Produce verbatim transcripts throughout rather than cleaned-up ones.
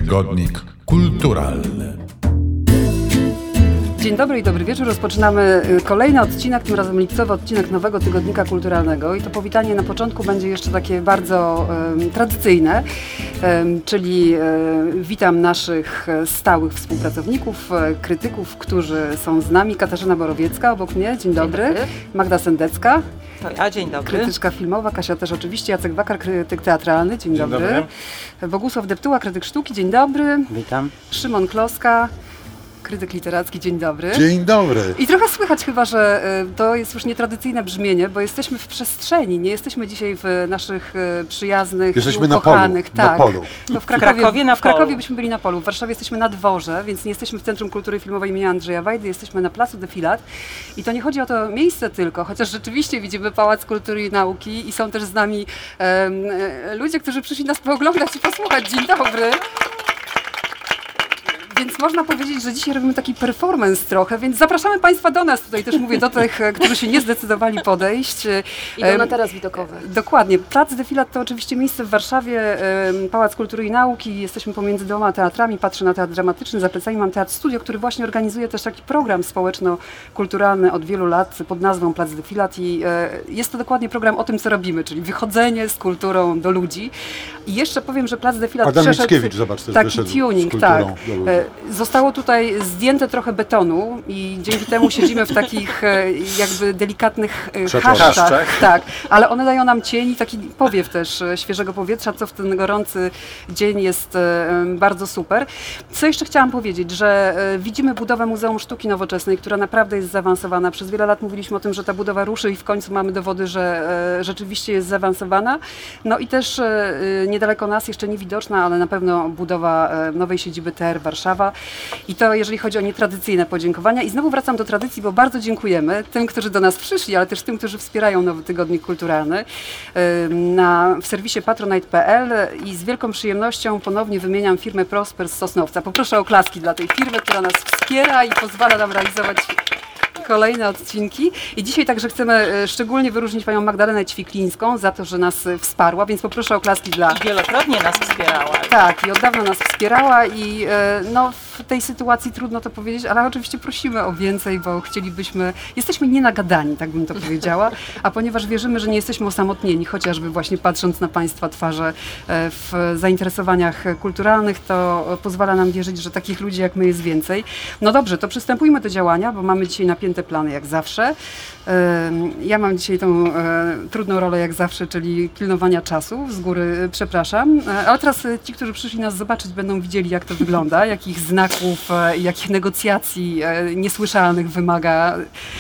Tygodnik kulturalny. Dzień dobry i dobry wieczór. Rozpoczynamy kolejny odcinek, tym razem lipcowy odcinek nowego Tygodnika Kulturalnego. I to powitanie na początku będzie jeszcze takie bardzo um, tradycyjne, um, czyli um, witam naszych stałych współpracowników, krytyków, którzy są z nami. Katarzyna Borowiecka obok mnie, dzień dobry. Dzień dobry. Magda Sendecka. To ja, dzień dobry. Krytyczka filmowa, Kasia też oczywiście, Jacek Wakar, krytyk teatralny, dzień, dzień dobry. dobry. Bogusław Deptuła, krytyk sztuki, dzień dobry. Witam. Szymon Kloska, krytyk literacki, dzień dobry. Dzień dobry. I trochę słychać chyba, że y, to jest już nietradycyjne brzmienie, bo jesteśmy w przestrzeni, nie jesteśmy dzisiaj w naszych y, przyjaznych, jesteśmy na ukochanych. polu, tak. na polu. To w Krakowie, w Krakowie, na w Krakowie polu. byśmy byli na polu, w Warszawie jesteśmy na dworze, więc nie jesteśmy w Centrum Kultury Filmowej imienia Andrzeja Wajdy, jesteśmy na placu Defilat. I to nie chodzi o to miejsce tylko, chociaż rzeczywiście widzimy Pałac Kultury i Nauki i są też z nami um, ludzie, którzy przyszli nas pooglądać i posłuchać. Dzień dobry. Więc można powiedzieć, że dzisiaj robimy taki performance trochę, więc zapraszamy Państwa do nas. Tutaj też mówię do tych, którzy się nie zdecydowali podejść. Idą na taras widokowy. Dokładnie. Plac Defilat to oczywiście miejsce w Warszawie, Pałac Kultury i Nauki. Jesteśmy pomiędzy dwoma teatrami. Patrzę na Teatr Dramatyczny, za plecami mam Teatr Studio, który właśnie organizuje też taki program społeczno-kulturalny od wielu lat pod nazwą Plac Defilat i jest to dokładnie program o tym, co robimy, czyli wychodzenie z kulturą do ludzi. I jeszcze powiem, że Plac Defilat Adam przeszedł Mickiewicz, zobacz, też taki tuning, tak. Zostało tutaj zdjęte trochę betonu i dzięki temu siedzimy w takich jakby delikatnych chaszczach, tak, ale one dają nam cień i taki powiew też świeżego powietrza, co w ten gorący dzień jest bardzo super. Co jeszcze chciałam powiedzieć, że widzimy budowę Muzeum Sztuki Nowoczesnej, która naprawdę jest zaawansowana. Przez wiele lat mówiliśmy o tym, że ta budowa ruszy i w końcu mamy dowody, że rzeczywiście jest zaawansowana. No i też niedaleko nas, jeszcze niewidoczna, ale na pewno budowa nowej siedziby T R Warszawa. I to jeżeli chodzi o nietradycyjne podziękowania. I znowu wracam do tradycji, bo bardzo dziękujemy tym, którzy do nas przyszli, ale też tym, którzy wspierają Nowy Tygodnik Kulturalny na, w serwisie patronite kropka p l i z wielką przyjemnością ponownie wymieniam firmę Prosper z Sosnowca. Poproszę o klaski dla tej firmy, która nas wspiera i pozwala nam realizować kolejne odcinki. I dzisiaj także chcemy szczególnie wyróżnić panią Magdalenę Ćwiklińską za to, że nas wsparła, więc poproszę o klaski dla... I wielokrotnie nas wspierała. Tak, i od dawna nas wspierała i no, w tej sytuacji trudno to powiedzieć, ale oczywiście prosimy o więcej, bo chcielibyśmy, jesteśmy nienagadani, tak bym to powiedziała, a ponieważ wierzymy, że nie jesteśmy osamotnieni, chociażby właśnie patrząc na państwa twarze w zainteresowaniach kulturalnych, to pozwala nam wierzyć, że takich ludzi jak my jest więcej. No dobrze, to przystępujmy do działania, bo mamy dzisiaj napięte plany jak zawsze. Ja mam dzisiaj tą trudną rolę jak zawsze, czyli pilnowania czasu. Z góry przepraszam. Ale teraz ci, którzy przyszli nas zobaczyć, będą widzieli, jak to wygląda, jakich znaków, jakich negocjacji niesłyszalnych wymaga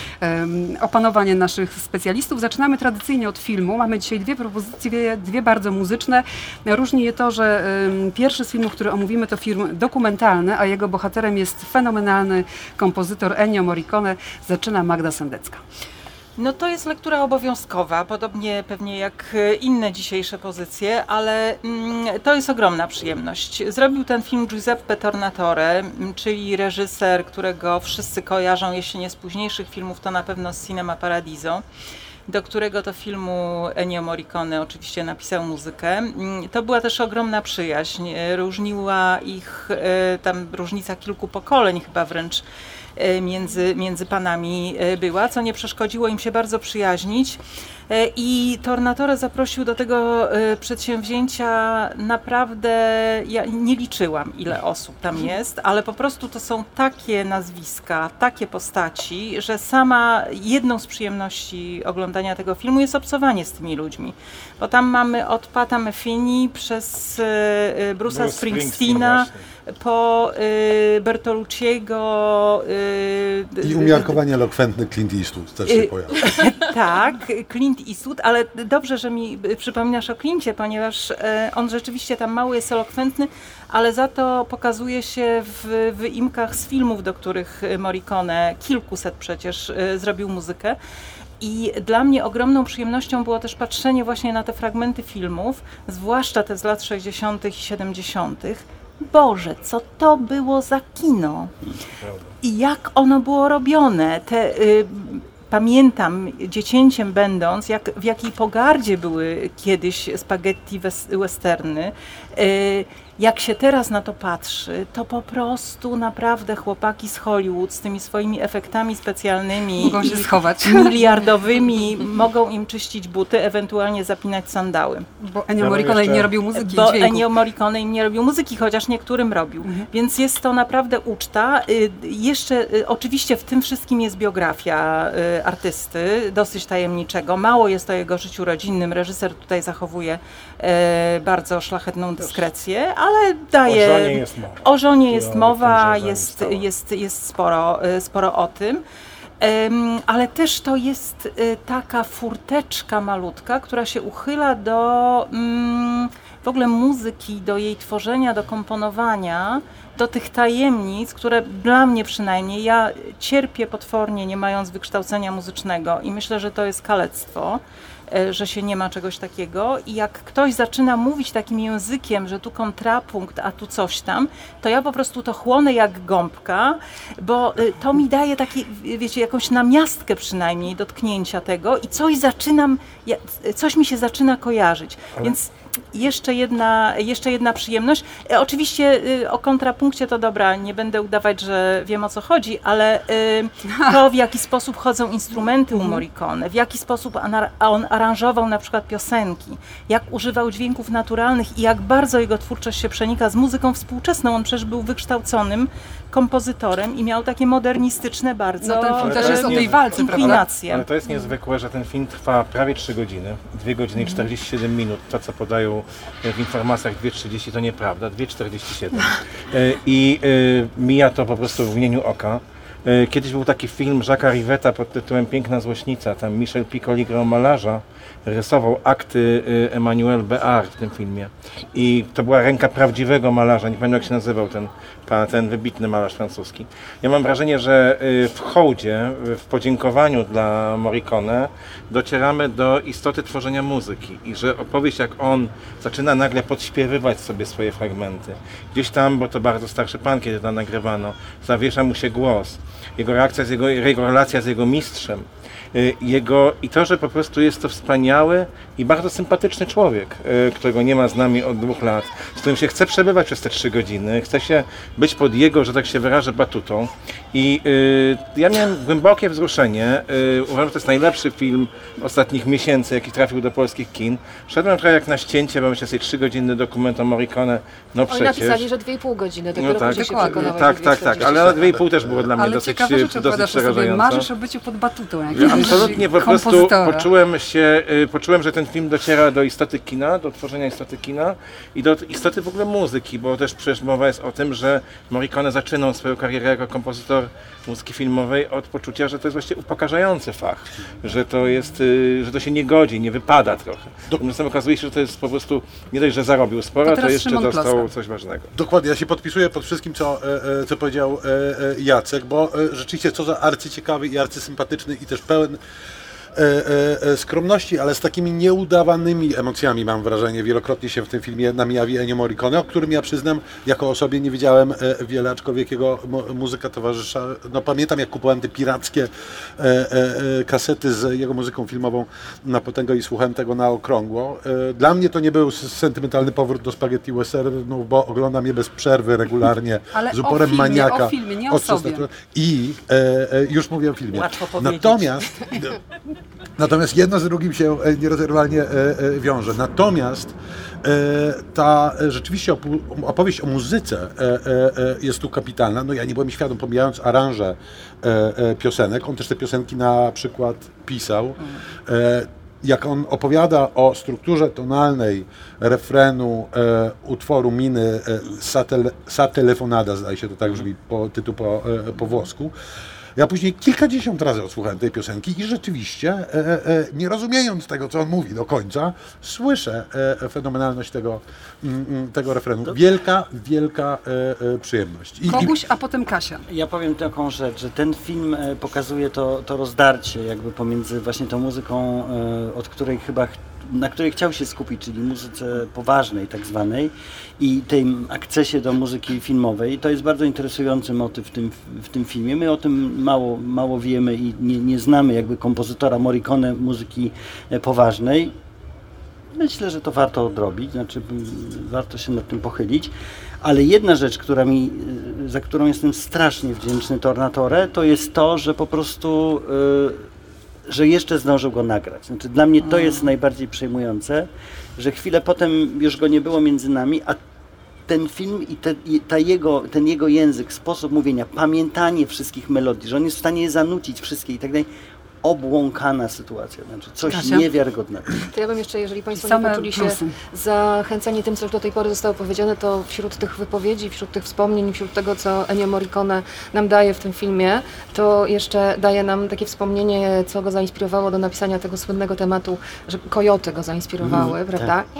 opanowanie naszych specjalistów. Zaczynamy tradycyjnie od filmu. Mamy dzisiaj dwie propozycje, dwie bardzo muzyczne. Różni je to, że pierwszy z filmów, który omówimy, to film dokumentalny, a jego bohaterem jest fenomenalny kompozytor Ennio Morricone. Zaczyna Magda Sendecka. No to jest lektura obowiązkowa, podobnie pewnie jak inne dzisiejsze pozycje, ale mm, to jest ogromna przyjemność. Zrobił ten film Giuseppe Tornatore, czyli reżyser, którego wszyscy kojarzą, jeśli nie z późniejszych filmów, to na pewno z Cinema Paradiso, do którego to filmu Ennio Morricone oczywiście napisał muzykę. To była też ogromna przyjaźń. Różniła ich tam różnica kilku pokoleń chyba wręcz między, między panami była, co nie przeszkodziło im się bardzo przyjaźnić. I Tornatore zaprosił do tego przedsięwzięcia naprawdę, ja nie liczyłam, ile osób tam jest, ale po prostu to są takie nazwiska, takie postaci, że sama jedną z przyjemności oglądania tego filmu jest obcowanie z tymi ludźmi. Bo tam mamy od Pata Metheny przez Bruce'a Bruce Springsteena, po y, Bertolucciego. Y, I umiarkowanie elokwentny Clint Eastwood też się pojawia. Tak, Clint Eastwood, ale dobrze, że mi przypominasz o Clincie, ponieważ y, on rzeczywiście tam mało jest elokwentny, ale za to pokazuje się w wyimkach z filmów, do których Morricone, kilkuset przecież, y, zrobił muzykę. I dla mnie ogromną przyjemnością było też patrzenie właśnie na te fragmenty filmów, zwłaszcza te z lat sześćdziesiątych i siedemdziesiątych. Boże, co to było za kino i jak ono było robione. Te, y, pamiętam dziecięciem będąc, jak, w jakiej pogardzie były kiedyś spaghetti westerny, y, jak się teraz na to patrzy, to po prostu naprawdę chłopaki z Hollywood z tymi swoimi efektami specjalnymi mogą się schować. Miliardowymi mogą im czyścić buty, ewentualnie zapinać sandały. Bo Ennio Morricone im nie robił muzyki. Bo Ennio Morricone im nie robił muzyki, chociaż niektórym robił. Mhm. Więc jest to naprawdę uczta. Jeszcze oczywiście w tym wszystkim jest biografia artysty, dosyć tajemniczego. Mało jest o jego życiu rodzinnym. Reżyser tutaj zachowuje bardzo szlachetną dyskrecję, ale daje... O żonie jest mowa. O żonie jest mowa, jest, jest, jest sporo, sporo o tym. Um, ale też to jest y, taka furteczka malutka, która się uchyla do um, w ogóle muzyki, do jej tworzenia, do komponowania, do tych tajemnic, które dla mnie przynajmniej, ja cierpię potwornie, nie mając wykształcenia muzycznego i myślę, że to jest kalectwo, że się nie ma czegoś takiego i jak ktoś zaczyna mówić takim językiem, że tu kontrapunkt, a tu coś tam, to ja po prostu to chłonę jak gąbka, bo to mi daje taki, wiecie, jakąś namiastkę przynajmniej dotknięcia tego i coś zaczynam, coś mi się zaczyna kojarzyć, ale... więc jeszcze jedna, jeszcze jedna przyjemność. Oczywiście o kontrapunkcie to dobra, nie będę udawać, że wiem o co chodzi, ale to w jaki sposób chodzą instrumenty u Morricone, w jaki sposób on aranżował na przykład piosenki, jak używał dźwięków naturalnych i jak bardzo jego twórczość się przenika z muzyką współczesną. On przecież był wykształconym kompozytorem i miał takie modernistyczne bardzo no ten film też jest o tej walce, inklinacje. Ale to jest niezwykłe, że ten film trwa prawie trzy godziny, dwie godziny i czterdzieści siedem minut. To, co podają w informacjach dwie trzydzieści, to nieprawda, dwie czterdzieści siedem. I mija to po prostu w mgnieniu oka. Kiedyś był taki film Jacques'a Rivetta pod tytułem Piękna złośnica. Tam Michel Piccoli grał malarza, rysował akty Emmanuel Béart w tym filmie. I to była ręka prawdziwego malarza, nie pamiętam jak się nazywał ten, ten wybitny malarz francuski. Ja mam wrażenie, że w hołdzie, w podziękowaniu dla Morricone docieramy do istoty tworzenia muzyki i że opowieść, jak on zaczyna nagle podśpiewywać sobie swoje fragmenty. Gdzieś tam, bo to bardzo starszy pan, kiedy to nagrywano, zawiesza mu się głos. Jego reakcja, z jego, jego relacja z jego mistrzem. Jego, i to, że po prostu jest to wspaniały i bardzo sympatyczny człowiek, którego nie ma z nami od dwóch lat, z którym się chce przebywać przez te trzy godziny, chce się być pod jego, że tak się wyrażę, batutą. I y, ja miałem głębokie wzruszenie. Y, uważam, że to jest najlepszy film ostatnich miesięcy, jaki trafił do polskich kin. Szedłem trochę jak na ścięcie, bo myślę sobie trzygodzinny dokument o Morricone. No przecież. Oni napisali, że dwie i pół godziny, dopiero no tak, się przekonałeś. Tak, tak, tak, ale na dwie i pół też było dla mnie ale dosyć, dosyć przerażające. Marzysz o byciu pod batutą. Ja absolutnie po prostu poczułem się, poczułem, że ten film dociera do istoty kina, do tworzenia istoty kina i do istoty w ogóle muzyki, bo też przecież mowa jest o tym, że Morricone zaczynał swoją karierę jako kompozytor muzyki filmowej od poczucia, że to jest właściwie upokarzający fach, że to jest, że to się nie godzi, nie wypada trochę. Natomiast okazuje się, że to jest po prostu, nie dość, że zarobił sporo, to, to jeszcze Szymon dostał Kloska. Coś ważnego. Dokładnie, ja się podpisuję pod wszystkim, co, co powiedział Jacek, bo rzeczywiście co za arcyciekawy i arcysympatyczny i też pełen E, e, skromności, ale z takimi nieudawanymi emocjami, mam wrażenie, wielokrotnie się w tym filmie nam jawi Ennio Morricone, o którym ja przyznam, jako osobie nie wiedziałem e, wiele, aczkolwiek jego muzyka towarzysza. No pamiętam, jak kupowałem te pirackie e, e, kasety z jego muzyką filmową na potęgę i słuchałem tego na okrągło. E, dla mnie to nie był sentymentalny powrót do spaghetti westernów, bo oglądam je bez przerwy, regularnie, ale z uporem o filmie, maniaka. o filmie, nie o sobie. I e, e, już mówię o filmie. Łatwo powiedzieć. Natomiast Natomiast jedno z drugim się nierozerwalnie wiąże. Natomiast ta rzeczywiście opowieść o muzyce jest tu kapitalna. No ja nie byłem świadom, pomijając aranże piosenek, on też te piosenki na przykład pisał. Jak on opowiada o strukturze tonalnej refrenu e, utworu Miny e, Satel, Satelefonada, zdaje się to tak brzmi po, tytuł po, e, po włosku. Ja później kilkadziesiąt razy odsłuchałem tej piosenki i rzeczywiście, e, e, nie rozumiejąc tego, co on mówi do końca, słyszę e, fenomenalność tego, m, tego refrenu. Wielka, wielka e, e, przyjemność. I, Koguś, a potem Kasia. Ja powiem taką rzecz, że ten film pokazuje to, to rozdarcie jakby pomiędzy właśnie tą muzyką, od której chyba na której chciał się skupić, czyli muzyce poważnej tak zwanej i tym akcesie do muzyki filmowej. To jest bardzo interesujący motyw w tym, w tym filmie. My o tym mało, mało wiemy i nie, nie znamy jakby kompozytora Morricone muzyki poważnej. myślę, że to warto odrobić, znaczy warto się nad tym pochylić, ale jedna rzecz, która mi, za którą jestem strasznie wdzięczny Tornatore, to jest to, że po prostu, y, że jeszcze zdążył go nagrać. Znaczy dla mnie to jest najbardziej przejmujące, że chwilę potem już go nie było między nami, a ten film i, te, i ta jego, ten jego język, sposób mówienia, pamiętanie wszystkich melodii, że on jest w stanie je zanucić wszystkie i tak dalej, obłąkana sytuacja, znaczy coś Kasia? niewiarygodnego. To ja bym jeszcze, jeżeli Państwo Same nie poczuli się plusy. zachęceni tym, co już do tej pory zostało powiedziane, to wśród tych wypowiedzi, wśród tych wspomnień, wśród tego, co Ennio Morricone nam daje w tym filmie, to jeszcze daje nam takie wspomnienie, co go zainspirowało do napisania tego słynnego tematu, że kojoty go zainspirowały, mm, prawda? Tak,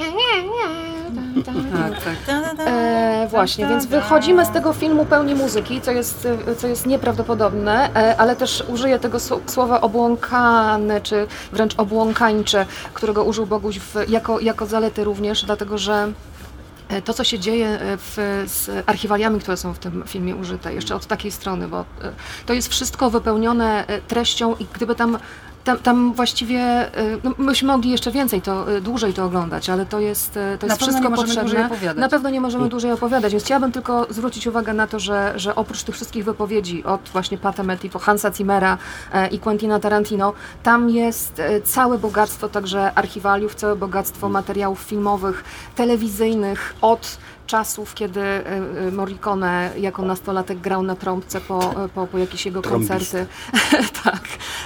tak. E, właśnie, więc wychodzimy z tego filmu pełni muzyki, co jest, co jest nieprawdopodobne, e, ale też użyję tego słowa obłąkane, czy wręcz obłąkańcze, którego użył Boguś w, jako, jako zalety również, dlatego że to, co się dzieje w, z archiwaliami, które są w tym filmie użyte, jeszcze od takiej strony, bo to jest wszystko wypełnione treścią i gdyby tam Tam, tam właściwie, no, myśmy mogli jeszcze więcej, to dłużej to oglądać, ale to jest, to jest wszystko potrzebne. Na pewno nie możemy dłużej opowiadać, więc chciałabym tylko zwrócić uwagę na to, że, że oprócz tych wszystkich wypowiedzi od właśnie Pata Meti po Hansa Zimmera i Quentina Tarantino, tam jest całe bogactwo także archiwaliów, całe bogactwo materiałów filmowych, telewizyjnych, od czasów, kiedy Morricone jako nastolatek grał na trąbce po, po, po jakieś jego koncerty. Tak,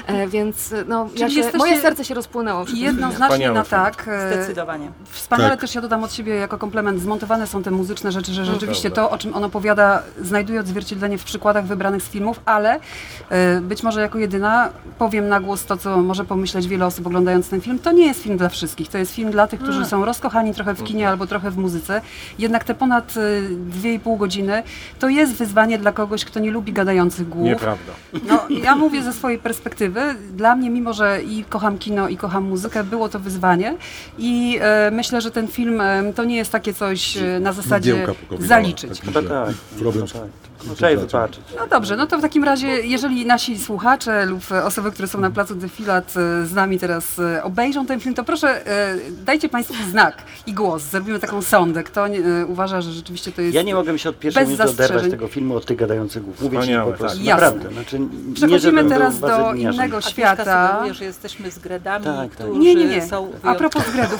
więc no, ja się, moje serce się rozpłynęło. Jednoznacznie na tak. Zdecydowanie. Wspaniale tak. też ja dodam od siebie jako komplement, zmontowane są te muzyczne rzeczy, że rzeczywiście to, o czym on opowiada, znajduje odzwierciedlenie w przykładach wybranych z filmów, ale y, być może jako jedyna powiem na głos to, co może pomyśleć wiele osób oglądając ten film. To nie jest film dla wszystkich, to jest film dla tych, którzy są rozkochani trochę w kinie albo trochę w muzyce. Jednak te ponad dwie i pół godziny to jest wyzwanie dla kogoś, kto nie lubi gadających głów. Nieprawda. No, ja mówię ze swojej perspektywy. Dla mnie, mimo że i kocham kino, i kocham muzykę, było to wyzwanie i e, myślę, że ten film e, to nie jest takie coś e, na zasadzie zaliczyć. Chyba tak. Problem. Trzeba je wybaczyć. No dobrze, no to w takim razie, jeżeli nasi słuchacze lub osoby, które są na placu Defilat z nami teraz obejrzą ten film, to proszę dajcie Państwo znak i głos. Zrobimy taką sondę. Kto nie, uważa, że rzeczywiście to jest Ja nie mogę się od pierwszej minuty oderwać tego filmu od tych gadających głów. Mówię ci po prostu. Tak. Naprawdę. Znaczy, Przechodzimy nie, teraz do dniarzem. innego Agnieszka świata. sugeruje, że jesteśmy z Gredami, Tak, tak. którzy Nie, nie, nie. są A propos Gredów.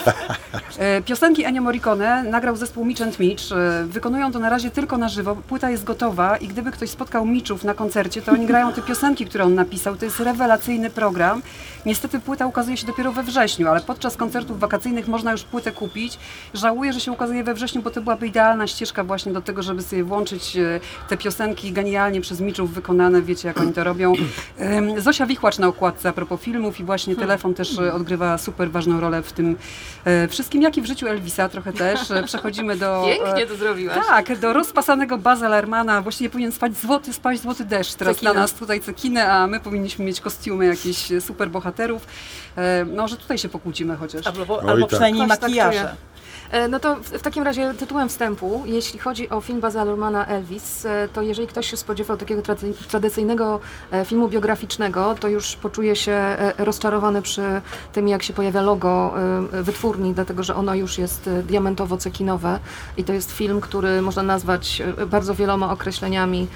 Piosenki Ennio Morricone nagrał zespół Mitch and Mitch. Wykonują to na razie tylko na żywo. Płyta jest gotowa i gdyby ktoś spotkał Mitchów na koncercie, to oni grają te piosenki, które on napisał. To jest rewelacyjny program. Niestety płyta ukazuje się dopiero we wrześniu, ale podczas koncertów wakacyjnych można już płytę kupić. Żałuję, że się ukazuje we wrześniu, bo to byłaby idealna ścieżka właśnie do tego, żeby sobie włączyć te piosenki genialnie przez Mitchów wykonane. Wiecie, jak oni to robią. Zosia Wichłacz na okładce a propos filmów i właśnie telefon też odgrywa super ważną rolę w tym wszystkim, jak i w życiu Elvisa trochę też. Przechodzimy do... Pięknie to zrobiłaś. Tak, do rozpasanego Baza Lermana. Właściwie powinien spać złoty, spać złoty deszcz. Teraz Cekina. na nas tutaj cekinę, a my powinniśmy mieć kostiumy jakichś super bohaterów. E, może tutaj się pokłócimy chociaż. Albo, Oj, albo tak. przynajmniej Ktoś tak makijaże. czuje. No to w, w takim razie tytułem wstępu, jeśli chodzi o film Baza Lermana Elvis, to jeżeli ktoś się spodziewał takiego trady- tradycyjnego filmu biograficznego, to już poczuje się rozczarowany przy tym, jak się pojawia logo wytwórni, dlatego że ono już jest diamentowo-cekinowe i to jest film, który można nazwać bardzo wieloma określeniami,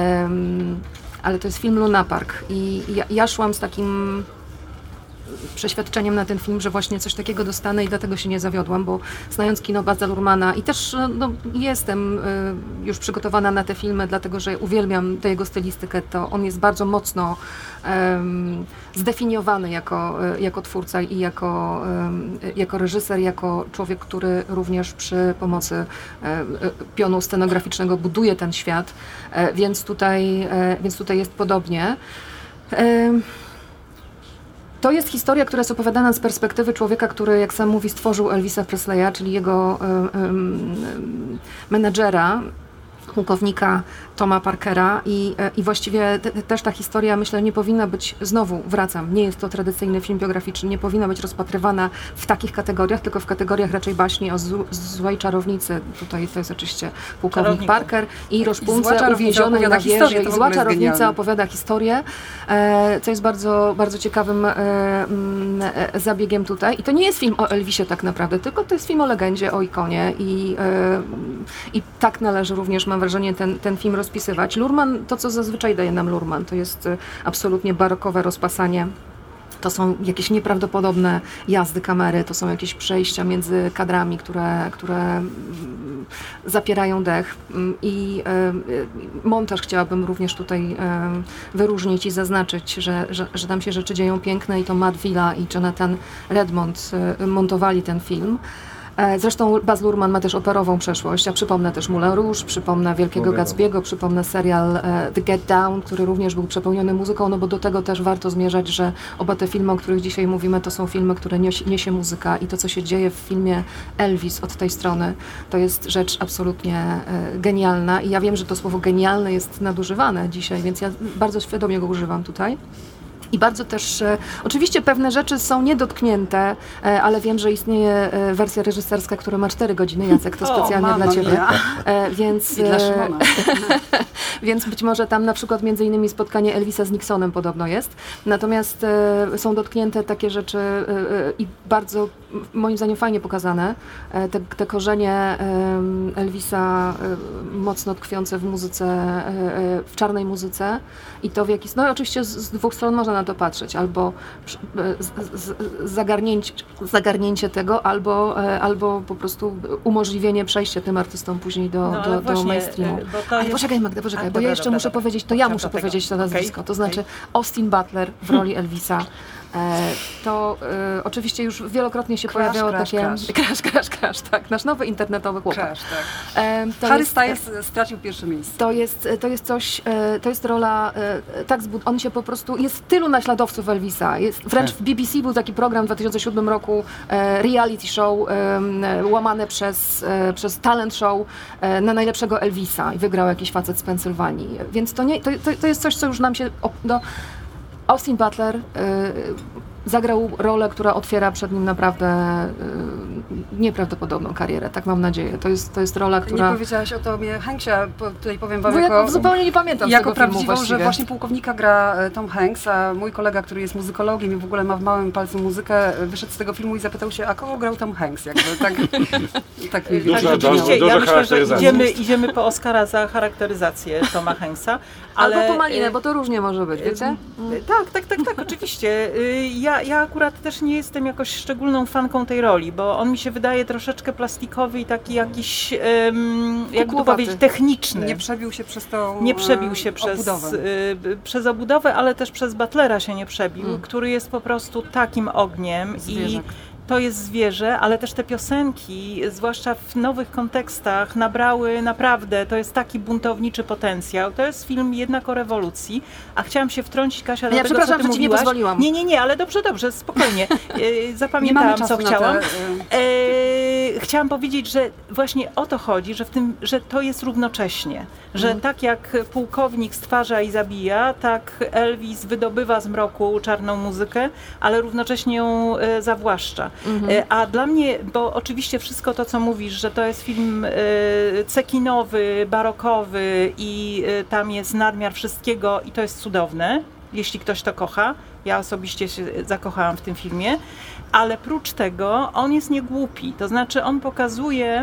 ale to jest film Luna Park i ja, ja szłam z takim przeświadczeniem na ten film, że właśnie coś takiego dostanę i dlatego się nie zawiodłam, bo znając kino Baza Luhrmanna i też no, jestem y, już przygotowana na te filmy, dlatego że uwielbiam tę jego stylistykę, to on jest bardzo mocno um, zdefiniowany jako, y, jako twórca i jako, y, jako reżyser, jako człowiek, który również przy pomocy y, y, pionu scenograficznego buduje ten świat, y, więc, tutaj, y, więc tutaj jest podobnie. Y, To jest historia, która jest opowiadana z perspektywy człowieka, który, jak sam mówi, stworzył Elvisa Presleya, czyli jego um, um, menedżera. pułkownika Toma Parkera i, i właściwie te, też ta historia, myślę, nie powinna być, znowu wracam, nie jest to tradycyjny film biograficzny, nie powinna być rozpatrywana w takich kategoriach, tylko w kategoriach raczej baśni o zł, złej czarownicy. Tutaj to jest oczywiście pułkownik Czarownica. Parker i Roszpunce uwięziony na wieży i zła czarownica opowiada historię, e, co jest bardzo, bardzo ciekawym e, e, zabiegiem tutaj. I to nie jest film o Elvisie tak naprawdę, tylko to jest film o legendzie, o ikonie i, e, i tak należy również, mam wrażenie, ten, ten film rozpisywać. Lurman, to co zazwyczaj daje nam Lurman, to jest absolutnie barokowe rozpasanie. To są jakieś nieprawdopodobne jazdy kamery, to są jakieś przejścia między kadrami, które, które zapierają dech. I montaż chciałabym również tutaj wyróżnić i zaznaczyć, że, że, że tam się rzeczy dzieją piękne i to Matt Villa i Jonathan Redmond montowali ten film. Zresztą Baz Luhrmann ma też operową przeszłość, a przypomnę też Moulin Rouge, przypomnę Wielkiego Gatsby'ego, przypomnę serial The Get Down, który również był przepełniony muzyką, no bo do tego też warto zmierzać, że oba te filmy, o których dzisiaj mówimy, to są filmy, które niesie, niesie muzyka i to, co się dzieje w filmie Elvis od tej strony, to jest rzecz absolutnie genialna i ja wiem, że to słowo genialne jest nadużywane dzisiaj, więc ja bardzo świadomie go używam tutaj. I bardzo też, e, oczywiście pewne rzeczy są niedotknięte, e, ale wiem, że istnieje e, wersja reżyserska, która ma cztery godziny, Jacek, to O, specjalnie dla Ciebie. E, więc, I dla Szymona. więc być może tam na przykład między innymi spotkanie Elvisa z Nixonem podobno jest. Natomiast e, są dotknięte takie rzeczy e, e, i bardzo moim zdaniem fajnie pokazane. E, te, te korzenie e, Elvisa e, mocno tkwiące w muzyce, e, w czarnej muzyce i to w jakiś, no oczywiście z, z dwóch stron można na to patrzeć, albo z, z, zagarnięcie, zagarnięcie tego, albo, albo po prostu umożliwienie przejścia tym artystom później do, no, do, właśnie, do mainstreamu. Bo to ale jest... poczekaj Magda, poczekaj, A, bo dobra, ja jeszcze dobra, muszę dobra. powiedzieć, to ja Chciałam muszę do tego. powiedzieć to nazwisko, Okay, to znaczy okay. Austin Butler w roli Elvisa. E, to e, oczywiście już wielokrotnie się Crash, pojawiało crash, takie... crash. Crash, crash, crash, tak, nasz nowy internetowy chłopak. Crash, tak. E, to Harry jest- Styles stracił pierwsze miejsce. To jest, to jest coś, e, to jest rola, e, tak zbud- on się po prostu, jest tylu naśladowców Elvisa, jest, wręcz w B B C był taki program w dwa tysiące siódmym roku, e, reality show, e, łamane przez, e, przez talent show e, na najlepszego Elvisa i wygrał jakiś facet z Pensylwanii, więc to, nie, to, to, to jest coś, co już nam się, op- no, Austin Butler e, zagrał rolę, która otwiera przed nim naprawdę y, nieprawdopodobną karierę, tak mam nadzieję. To jest, to jest rola, która... Nie powiedziałaś o Tomie Hanksie, po- tutaj powiem wam Bo jako... ja zupełnie nie pamiętam Jako tego filmu prawdziwą, że właściwie. właśnie pułkownika gra e, Tom Hanks, a mój kolega, który jest muzykologiem i w ogóle ma w małym palcu muzykę, e, wyszedł z tego filmu i zapytał się, a kogo grał Tom Hanks? Jakby tak, tak mi Dużo- Tak, tak, rzeczywiście, dużo ja myślę, że charakteryzacji. idziemy, idziemy po Oscara za charakteryzację Toma Hanksa. Ale, Albo po malinę, y, bo to różnie może być, wiecie? y, Tak, tak, tak, tak, oczywiście. Y, Ja, ja akurat też nie jestem jakoś szczególną fanką tej roli, bo on mi się wydaje troszeczkę plastikowy i taki jakiś, ym, jakby to Kukłowaty. powiedzieć, techniczny. nie przebił się przez tą Nie przebił e, się przez obudowę. y, przez obudowę, ale też przez Butlera się nie przebił, Mm. który jest po prostu takim ogniem i Zwierzak. to jest zwierzę, ale też te piosenki, zwłaszcza w nowych kontekstach, nabrały naprawdę, to jest taki buntowniczy potencjał. To jest film jednak o rewolucji, a chciałam się wtrącić, Kasia, do Ja tego, przepraszam, co ty że ci nie mówiłaś. pozwoliłam. Nie, nie, nie, ale dobrze, dobrze, spokojnie. E, Nie mamy Zapamiętałam, czasu co na chciałam. te, e, E, chciałam powiedzieć, że właśnie o to chodzi, że, w tym, że to jest równocześnie. Że Mhm. tak jak pułkownik stwarza i zabija, tak Elvis wydobywa z mroku czarną muzykę, ale równocześnie ją e, zawłaszcza. E, a dla mnie, bo oczywiście wszystko to, co mówisz, że to jest film e, cekinowy, barokowy i e, tam jest nadmiar wszystkiego i to jest cudowne, jeśli ktoś to kocha. Ja osobiście się zakochałam w tym filmie, ale prócz tego on jest niegłupi, to znaczy on pokazuje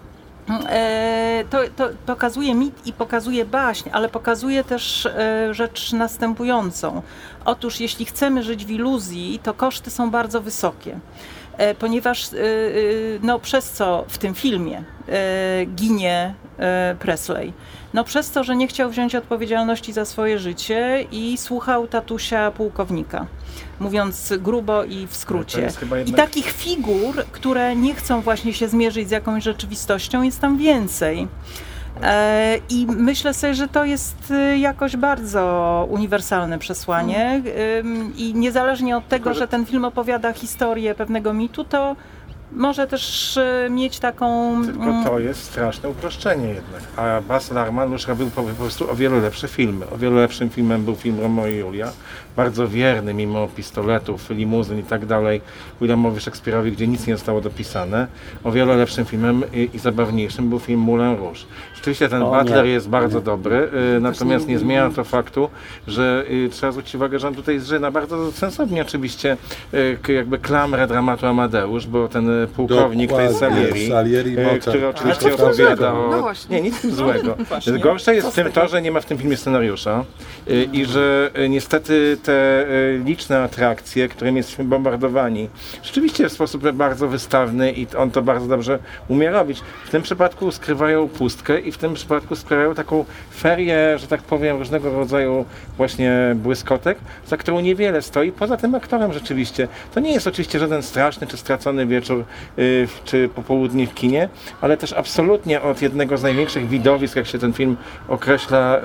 E, to, to pokazuje mit i pokazuje baśń, ale pokazuje też e, rzecz następującą. Otóż jeśli chcemy żyć w iluzji, to koszty są bardzo wysokie, e, ponieważ e, e, no, przez co w tym filmie e, ginie e, Presley? No przez to, że nie chciał wziąć odpowiedzialności za swoje życie i słuchał tatusia pułkownika. Mówiąc grubo i w To skrócie. jest chyba I jednak- takich figur, które nie chcą właśnie się zmierzyć z jakąś rzeczywistością, jest tam więcej. E, I myślę sobie, że to jest y, jakoś bardzo uniwersalne przesłanie Ym, i niezależnie od tego, Tylko, że- że ten film opowiada historię pewnego mitu, to może też e, mieć taką... Tylko to jest straszne uproszczenie jednak. A Baz Luhrmann już robił po, po prostu o wiele lepsze filmy. O wiele lepszym filmem był film Romeo i Julia. Bardzo wierny, mimo pistoletów, limuzyn i tak dalej, Williamowi Shakespeare'owi, gdzie nic nie zostało dopisane. O wiele lepszym filmem i, i zabawniejszym był film Moulin Rouge. Rzeczywiście ten o, Butler nie. jest bardzo nie. dobry, y, natomiast nie zmienia to faktu, że y, trzeba zwrócić uwagę, że on tutaj zżyna bardzo sensownie oczywiście y, jakby klamrę dramatu Amadeusz, bo ten pułkownik to jest Salieri, Salieri y, który oczywiście opowiada o... No nie, nic tym złego. Gorsze jest w tym to, że nie ma w tym filmie scenariusza y, i że y, niestety te y, liczne atrakcje, którymi jesteśmy bombardowani, rzeczywiście w sposób bardzo wystawny i on to bardzo dobrze umie robić. W tym przypadku skrywają pustkę i w tym przypadku skrywają taką ferię, że tak powiem, różnego rodzaju właśnie błyskotek, za którą niewiele stoi, poza tym aktorem rzeczywiście. To nie jest oczywiście żaden straszny czy stracony wieczór y, czy popołudnie w kinie, ale też absolutnie od jednego z największych widowisk, jak się ten film określa y,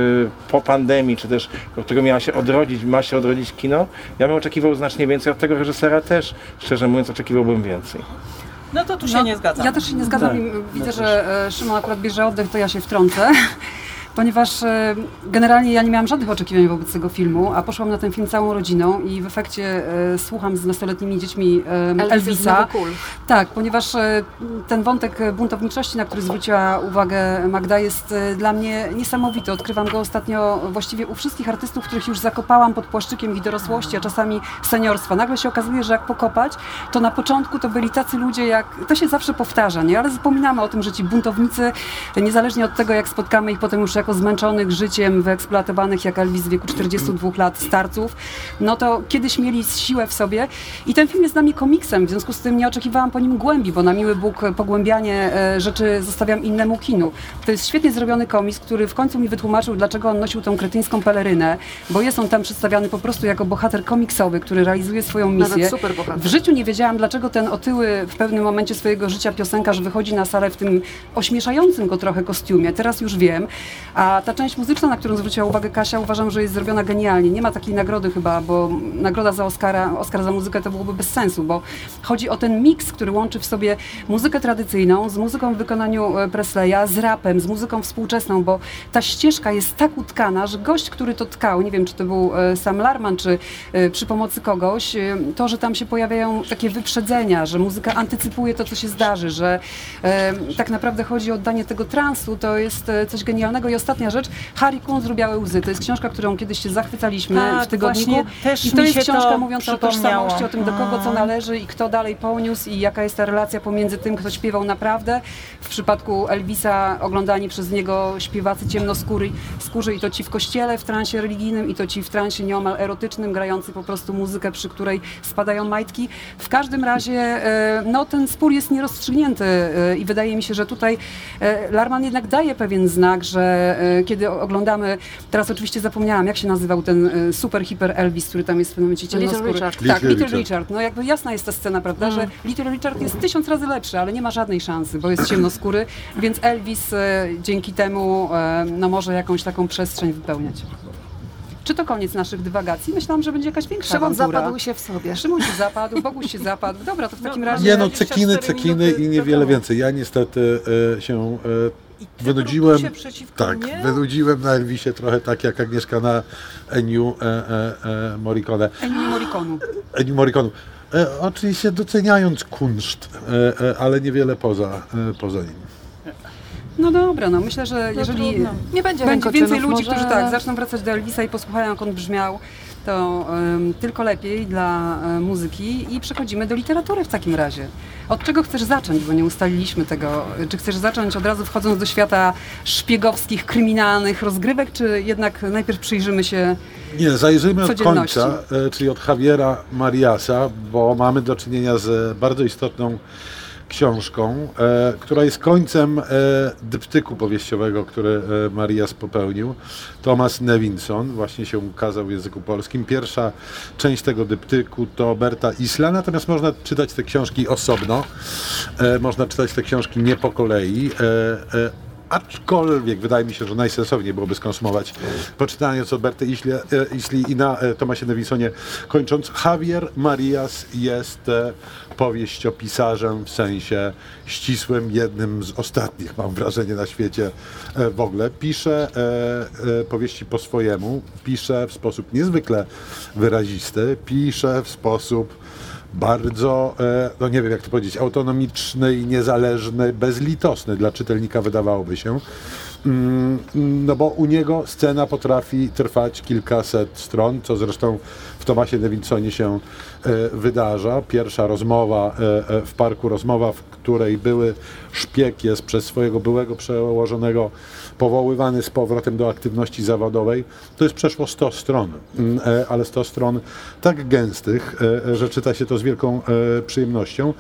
po pandemii, czy też od którego miała się odrodzić, ma się odrodzić kino, ja bym oczekiwał znacznie więcej, od tego reżysera też, szczerze mówiąc, oczekiwałbym więcej. No to tu się no, nie zgadzam. Ja też się nie zgadzam tak, i widzę, że Szymon akurat bierze oddech, to ja się wtrącę. Ponieważ e, generalnie ja nie miałam żadnych oczekiwań wobec tego filmu, a poszłam na ten film całą rodziną i w efekcie e, słucham z nastoletnimi dziećmi e, Elvisa. Cool. Tak, ponieważ e, ten wątek buntowniczości, na który zwróciła uwagę Magda, jest e, dla mnie niesamowity. Odkrywam go ostatnio właściwie u wszystkich artystów, których już zakopałam pod płaszczykiem ich dorosłości, a czasami seniorstwa. Nagle się okazuje, że jak pokopać, to na początku to byli tacy ludzie, jak to się zawsze powtarza, nie? Ale zapominamy o tym, że ci buntownicy, niezależnie od tego, jak spotkamy ich potem już jako zmęczonych życiem, wyeksploatowanych jak Elvis w wieku czterdziestu dwóch lat starców, no to kiedyś mieli siłę w sobie i ten film jest dla mnie komiksem, w związku z tym nie oczekiwałam po nim głębi, bo na miły Bóg pogłębianie rzeczy zostawiam innemu kinu. To jest świetnie zrobiony komiks, który w końcu mi wytłumaczył, dlaczego on nosił tą kretyńską pelerynę, bo jest on tam przedstawiany po prostu jako bohater komiksowy, który realizuje swoją misję. Super bohater. W życiu nie wiedziałam, dlaczego ten otyły w pewnym momencie swojego życia piosenkarz wychodzi na salę w tym ośmieszającym go trochę kostiumie. Teraz już wiem. A ta część muzyczna, na którą zwróciła uwagę Kasia, uważam, że jest zrobiona genialnie. Nie ma takiej nagrody chyba, bo nagroda za Oscara, Oscar za muzykę to byłoby bez sensu, bo chodzi o ten miks, który łączy w sobie muzykę tradycyjną z muzyką w wykonaniu Presleya, z rapem, z muzyką współczesną, bo ta ścieżka jest tak utkana, że gość, który to tkał, nie wiem, czy to był sam Luhrmann, czy przy pomocy kogoś, to, że tam się pojawiają takie wyprzedzenia, że muzyka antycypuje to, co się zdarzy, że e, tak naprawdę chodzi o oddanie tego transu, to jest coś genialnego. I ostatnia rzecz, Harry Kunz, Białe łzy. To jest książka, którą kiedyś się zachwycaliśmy tak, w tygodniku. Też I to jest książka to mówiąca o tożsamości, o tym, do kogo co należy i kto dalej poniósł i jaka jest ta relacja pomiędzy tym, kto śpiewał naprawdę. W przypadku Elvisa oglądani przez niego śpiewacy ciemnoskóry skórzy i to ci w kościele, w transie religijnym i to ci w transie nieomal erotycznym, grający po prostu muzykę, przy której spadają majtki. W każdym razie no, ten spór jest nierozstrzygnięty i wydaje mi się, że tutaj Luhrmann jednak daje pewien znak, że kiedy oglądamy, teraz oczywiście zapomniałam, jak się nazywał ten super hiper Elvis, który tam jest w pewnym momencie ciemnoskóry. Little Richard. Tak, Little, Little Richard. Richard. No jakby jasna jest ta scena, prawda, mm. że Little Richard jest tysiąc razy lepszy, ale nie ma żadnej szansy, bo jest ciemnoskóry, więc Elvis e, dzięki temu e, no może jakąś taką przestrzeń wypełniać. Czy to koniec naszych dywagacji? Myślałam, że będzie jakaś większa Szymon awantura. zapadł się w sobie. Szymon się zapadł, Boguś się zapadł. Dobra, to w takim No, razie... Nie no, cekiny, cekiny i niewiele więcej. Ja niestety e, się e, wynudziłem, się przeciwko tak, mnie? wynudziłem na Elvisie trochę tak jak Agnieszka na Eniu e, e, e, Morricone. Ennio Morriconu. Eniu Morriconu. E, oczywiście doceniając kunszt, e, e, ale niewiele poza, e, poza nim. No dobra, no myślę, że jeżeli trudno. Nie będzie będzie więcej rękoczynów ludzi, może, którzy tak ale- zaczną wracać do Elvisa i posłuchają, jak on brzmiał, to um, tylko lepiej dla um, muzyki i przechodzimy do literatury w takim razie. Od czego chcesz zacząć, bo nie ustaliliśmy tego. Czy chcesz zacząć od razu wchodząc do świata szpiegowskich, kryminalnych rozgrywek, czy jednak najpierw przyjrzymy się... Nie, zajrzyjmy od Codzienności. końca, e, czyli od Javiera Mariasa, bo mamy do czynienia z bardzo istotną książką, e, która jest końcem e, dyptyku powieściowego, który e, Marias popełnił. Thomas Nevinson właśnie się ukazał w języku polskim. Pierwsza część tego dyptyku to Berta Isla, natomiast można czytać te książki osobno, e, można czytać te książki nie po kolei. E, e, aczkolwiek wydaje mi się, że najsensowniej byłoby skonsumować poczytanie co Berty Isli i na Thomasie Nevinsonie kończąc. Javier Marías jest powieściopisarzem w sensie ścisłym, jednym z ostatnich, mam wrażenie, na świecie w ogóle. Pisze powieści po swojemu, pisze w sposób niezwykle wyrazisty, pisze w sposób bardzo, no nie wiem jak to powiedzieć, autonomiczny i niezależny, bezlitosny dla czytelnika, wydawałoby się. No bo u niego scena potrafi trwać kilkaset stron, co zresztą w Thomasie Nevinsonie się wydarza. Pierwsza rozmowa w parku, rozmowa, w której były szpieg jest przez swojego byłego przełożonego powoływany z powrotem do aktywności zawodowej. To jest przeszło sto stron, ale sto stron tak gęstych, że czyta się to z wielką przyjemnością.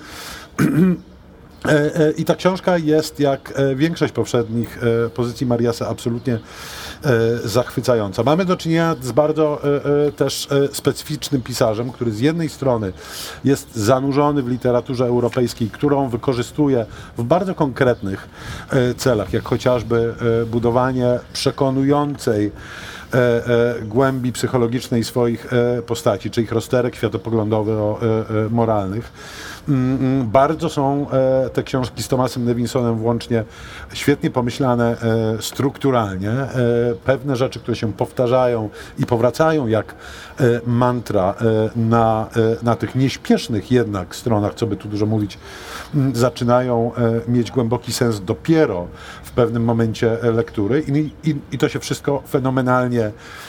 I ta książka jest, jak większość poprzednich pozycji Maríasa, absolutnie zachwycająca. Mamy do czynienia z bardzo też specyficznym pisarzem, który z jednej strony jest zanurzony w literaturze europejskiej, którą wykorzystuje w bardzo konkretnych celach, jak chociażby budowanie przekonującej głębi psychologicznej swoich postaci, czy ich rozterek światopoglądowo-moralnych. Bardzo są te książki z Thomasem Nevinsonem włącznie świetnie pomyślane strukturalnie. Pewne rzeczy, które się powtarzają i powracają jak mantra na, na tych nieśpiesznych jednak stronach, co by tu dużo mówić, zaczynają mieć głęboki sens dopiero w pewnym momencie lektury i, i, i to się wszystko fenomenalnie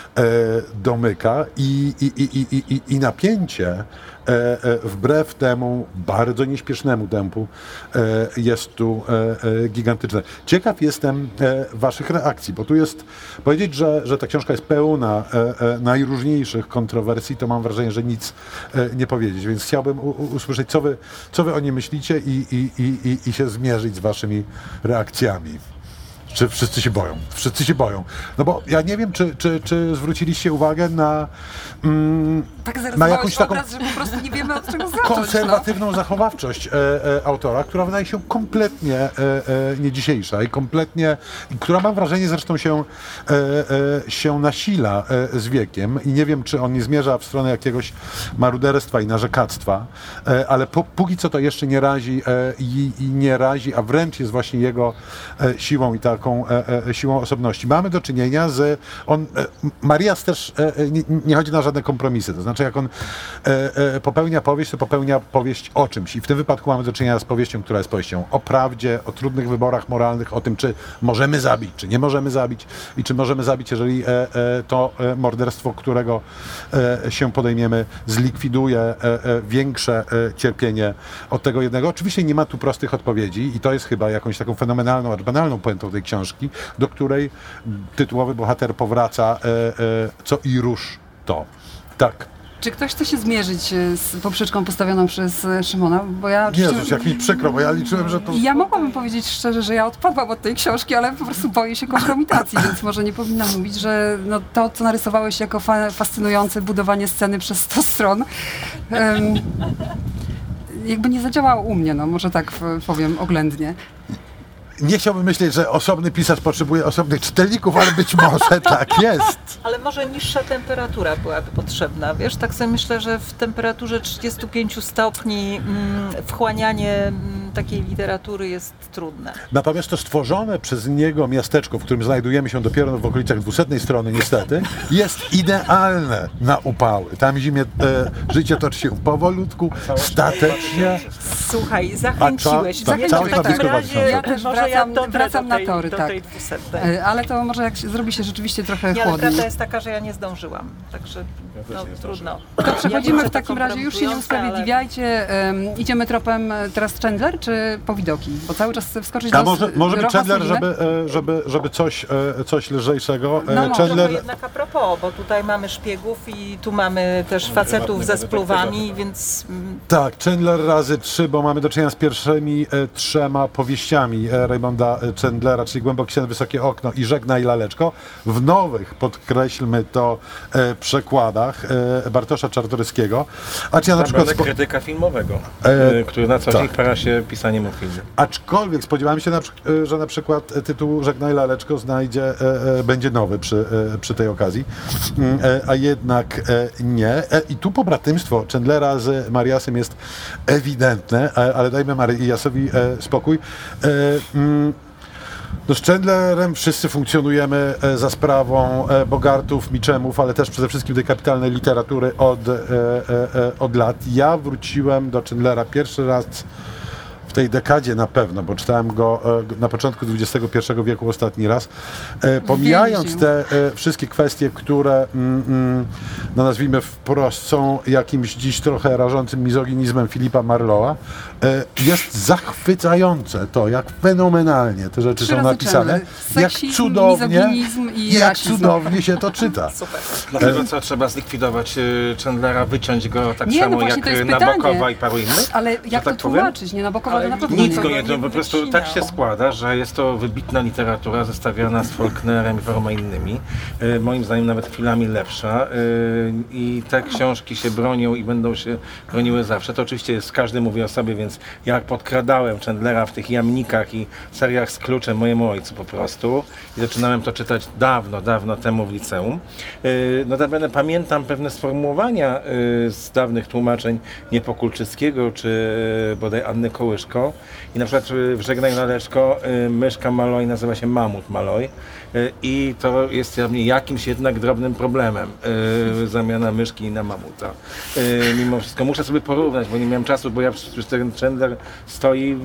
domyka i, i, i, i, i, i napięcie wbrew temu bardzo nieśpiesznemu tempu jest tu gigantyczne. Ciekaw jestem waszych reakcji, bo tu jest powiedzieć, że, że ta książka jest pełna najróżniejszych kontrowersji, to mam wrażenie, że nic nie powiedzieć, więc chciałbym usłyszeć, co wy, co wy o niej myślicie i, i, i, i się zmierzyć z waszymi reakcjami. Czy wszyscy się boją? Wszyscy się boją. No bo ja nie wiem, czy, czy, czy zwróciliście uwagę na, mm, tak na jakąś taką obraz, że po prostu nie wiemy, od czego zacząć, konserwatywną no. zachowawczość e, e, autora, która wydaje się kompletnie e, e, nie dzisiejsza i kompletnie, która mam wrażenie zresztą się, e, e, się nasila e, z wiekiem i nie wiem, czy on nie zmierza w stronę jakiegoś maruderstwa i narzekactwa, e, ale po, póki co to jeszcze nie razi e, i, i nie razi, a wręcz jest właśnie jego e, siłą i taką E, e, siłą osobności. Mamy do czynienia z... On, e, Marías też e, nie, nie chodzi na żadne kompromisy. To znaczy, jak on e, e, popełnia powieść, to popełnia powieść o czymś. I w tym wypadku mamy do czynienia z powieścią, która jest powieścią o prawdzie, o trudnych wyborach moralnych, o tym, czy możemy zabić, czy nie możemy zabić i czy możemy zabić, jeżeli e, e, to e, morderstwo, którego e, się podejmiemy, zlikwiduje e, e, większe e, cierpienie od tego jednego. Oczywiście nie ma tu prostych odpowiedzi i to jest chyba jakąś taką fenomenalną, aż banalną puentą tej książki, do której tytułowy bohater powraca e, e, co i rusz to. Tak. Czy ktoś chce się zmierzyć z poprzeczką postawioną przez Szymona? Bo ja Jezus, jak mi przykro, bo ja liczyłem, że to... Ja mogłabym powiedzieć szczerze, że ja odpadłam od tej książki, ale po prostu boję się kompromitacji, więc może nie powinnam mówić, że no to, co narysowałeś jako fa- fascynujące budowanie sceny przez sto stron, um, jakby nie zadziałało u mnie, no może tak powiem oględnie. Nie chciałbym myśleć, że osobny pisarz potrzebuje osobnych czytelników, ale być może tak jest. Ale może niższa temperatura byłaby potrzebna, wiesz? Tak sobie myślę, że w temperaturze trzydziestu pięciu stopni mm, wchłanianie mm, takiej literatury jest trudne. Natomiast to stworzone przez niego miasteczko, w którym znajdujemy się dopiero w okolicach dwusetnej strony niestety, jest idealne na upały. Tam zimie e, życie toczy się powolutku, statecznie. Słuchaj, zachęciłeś. A, ta, zachęciłeś. W takim razie ja też wracam, ja wracam do tej, na tory, do tak. tej dwusetnej. Ale to może jak się, zrobi się rzeczywiście trochę nie, ale chłodniej. prawda jest taka, że ja nie zdążyłam, także no, trudno. To przechodzimy ja w takim razie, już się nie usprawiedliwiajcie. Um, idziemy tropem teraz Chandler czy Powidoki? Bo cały czas wskoczyć A do może, może być Chandler, Sullivan? żeby, żeby, żeby coś, coś lżejszego. No Chandler... może jednak a propos, bo tutaj mamy szpiegów i tu mamy też facetów ze spluwami, więc... Tak, Chandler razy trzy, bo mamy do czynienia z pierwszymi e, trzema powieściami e, Raymonda Chandlera, czyli Głęboki sen, Wysokie okno i Żegnaj laleczko. W nowych, podkreślmy to, e, przekładach e, Bartosza Czartoryskiego. A czy ja na przykład... krytyka filmowego, E, który na co dzień tak. para się napisaniem o filmie. Aczkolwiek spodziewałem się, na, że na przykład tytuł Żegnaj Laleczko znajdzie, e, e, będzie nowy przy, e, przy tej okazji, e, a jednak e, nie. E, I tu pobratymstwo Chandlera z Mariasem jest ewidentne, e, ale dajmy Mariasowi e, spokój. E, mm, No z Chandlerem wszyscy funkcjonujemy e, za sprawą e, Bogartów, Mitchemów, ale też przede wszystkim tej kapitalnej literatury od, e, e, e, od lat. Ja wróciłem do Chandlera pierwszy raz w tej dekadzie na pewno, bo czytałem go e, na początku dwudziestego pierwszego wieku ostatni raz. E, pomijając te e, wszystkie kwestie, które mm, mm, no nazwijmy wprost są jakimś dziś trochę rażącym mizoginizmem Philippa Marlowa, e, jest zachwycające to, jak fenomenalnie te rzeczy Trzy są razy napisane, Chandler. jak Seksizm, cudownie, mizogizm i jak rasizm. cudownie się to czyta. Super. Dlatego co, trzeba zlikwidować y, Chandlera, wyciąć go tak Nie, no samo właśnie jak to jest Nabokowa pytanie. i paru innych? Ale jak tak to powiem? tłumaczyć? Nie, Nabokowa to na pewno Nic nie. go nie, to po prostu tak się składa, że jest to wybitna literatura zestawiona z Faulknerem i paroma innymi. E, moim zdaniem nawet chwilami lepsza. E, I te książki się bronią i będą się broniły zawsze. To oczywiście jest, każdy mówi o sobie, więc jak podkradałem Chandlera w tych jamnikach i seriach z kluczem mojemu ojcu po prostu i zaczynałem to czytać dawno, dawno temu w liceum. E, notabene pamiętam pewne sformułowania e, z dawnych tłumaczeń Niepokulczyckiego czy bodaj Anny Kołyszko. I na przykład w Żegnaj Laleczko y, myszka Maloj nazywa się Mamut Maloj y, i to jest dla mnie jakimś jednak drobnym problemem, y, zamiana myszki na mamuta. Y, mimo wszystko muszę sobie porównać, bo nie miałem czasu, bo ja przecież ten Chandler stoi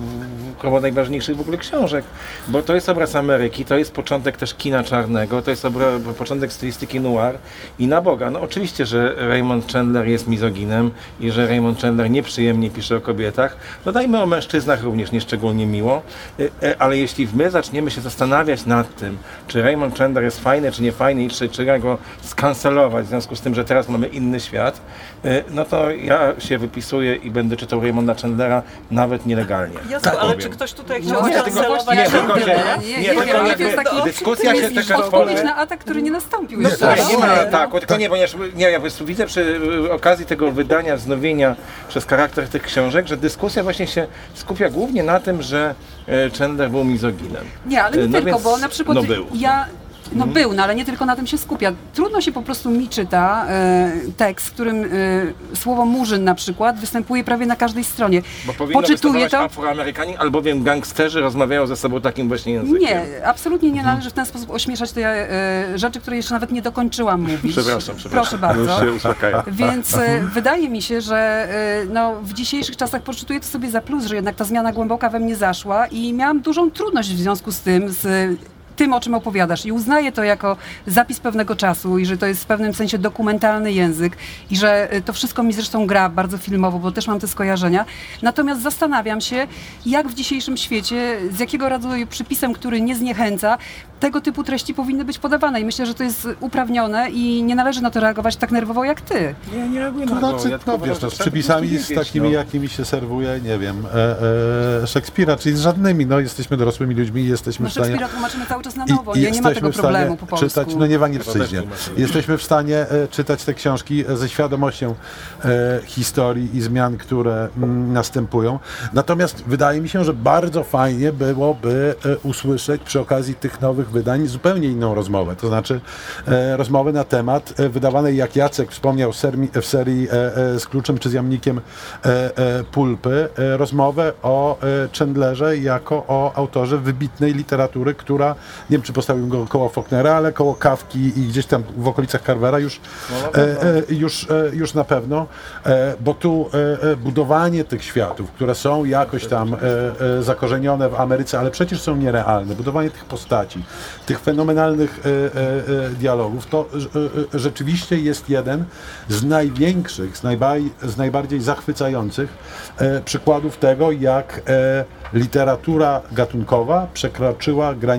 w koło najważniejszych w ogóle książek, bo to jest obraz Ameryki, to jest początek też kina czarnego, to jest obra- początek stylistyki noir i na Boga, no oczywiście, że Raymond Chandler jest mizoginem i że Raymond Chandler nieprzyjemnie pisze o kobietach, no dajmy o mężczyznach również nieszczególnie miło, ale jeśli my zaczniemy się zastanawiać nad tym, czy Raymond Chandler jest fajny, czy nie fajny i czy trzeba go skancelować w związku z tym, że teraz mamy inny świat, no to ja się wypisuję i będę czytał Raymonda Chandlera nawet nielegalnie. Jasne, tak ale powiem. czy ktoś tutaj No chciał nie, skancelować? tylko- nie, Chandlera? tylko- Nie, nie, nie, nie, nie, wiem, nie, ale to jest taki dyskusja się optymizm, taka odpowiedź tworzy. na atak, który nie nastąpił Nie, jeszcze. tak, Nie, nie ma Tak. tak, tylko nie, ponieważ nie, ja po prostu widzę przy okazji tego wydania, wznowienia przez charakter tych książek, że dyskusja właśnie się skupia głównie na tym, że e, Chandler był mizoginem. Nie, ale nie No tylko, więc- bo na przykład no był. ja... No był, no ale nie tylko na tym się skupia. Trudno się po prostu mi czyta e, tekst, w którym e, słowo murzyn na przykład występuje prawie na każdej stronie. Bo powinno Poczytuję występować to. Afroamerykanin, albowiem gangsterzy rozmawiają ze sobą takim właśnie językiem. Nie, absolutnie nie należy w ten sposób ośmieszać te e, rzeczy, które jeszcze nawet nie dokończyłam mówić. Przepraszam, przepraszam. Proszę bardzo. Już się uspokajam. Więc e, wydaje mi się, że e, no, w dzisiejszych czasach poczytuję to sobie za plus, że jednak ta zmiana głęboka we mnie zaszła i miałam dużą trudność w związku z tym, z tym, o czym opowiadasz i uznaję to jako zapis pewnego czasu i że to jest w pewnym sensie dokumentalny język i że to wszystko mi zresztą gra bardzo filmowo, bo też mam te skojarzenia. Natomiast zastanawiam się, jak w dzisiejszym świecie, z jakiego rodzaju przypisem, który nie zniechęca, tego typu treści powinny być podawane i myślę, że to jest uprawnione i nie należy na to reagować tak nerwowo jak ty. Nie, nie reaguję To na to. znaczy, Ja tylko no uważam, wiesz, no, że z trzeba przypisami po prostu z wiedzieć, takimi, no. jakimi się serwuje, nie wiem, e, e, Szekspira, czyli z żadnymi, no jesteśmy dorosłymi ludźmi i jesteśmy No w stanie... Szekspira tłumaczymy cały czas na I- nowo, i nie, nie ma tego jesteśmy w stanie problemu po polsku. czytać, no nie wanić Chyba też wstydznie. tłumaczymy. Jesteśmy w stanie e, czytać te książki e, ze świadomością e, historii i zmian, które mm, następują. Natomiast wydaje mi się, że bardzo fajnie byłoby e, usłyszeć przy okazji tych nowych wydań zupełnie inną rozmowę. To znaczy e, rozmowę na temat e, wydawanej, jak Jacek wspomniał, sermi, w serii e, e, z Kluczem czy z Jamnikiem e, e, Pulpy, e, rozmowę o e, Chandlerze jako o autorze wybitnej literatury, która, nie wiem czy postawił go koło Faulknera, ale koło Kafki i gdzieś tam w okolicach Carvera już, e, e, już, e, już na pewno, e, bo tu e, e, budowanie tych światów, które są jakoś tam e, e, zakorzenione w Ameryce, ale przecież są nierealne, budowanie tych postaci, tych fenomenalnych e, e, e, dialogów, to e, e, rzeczywiście jest jeden z największych, z, najbaj, z najbardziej zachwycających e, przykładów tego, jak e, literatura gatunkowa przekroczyła granicę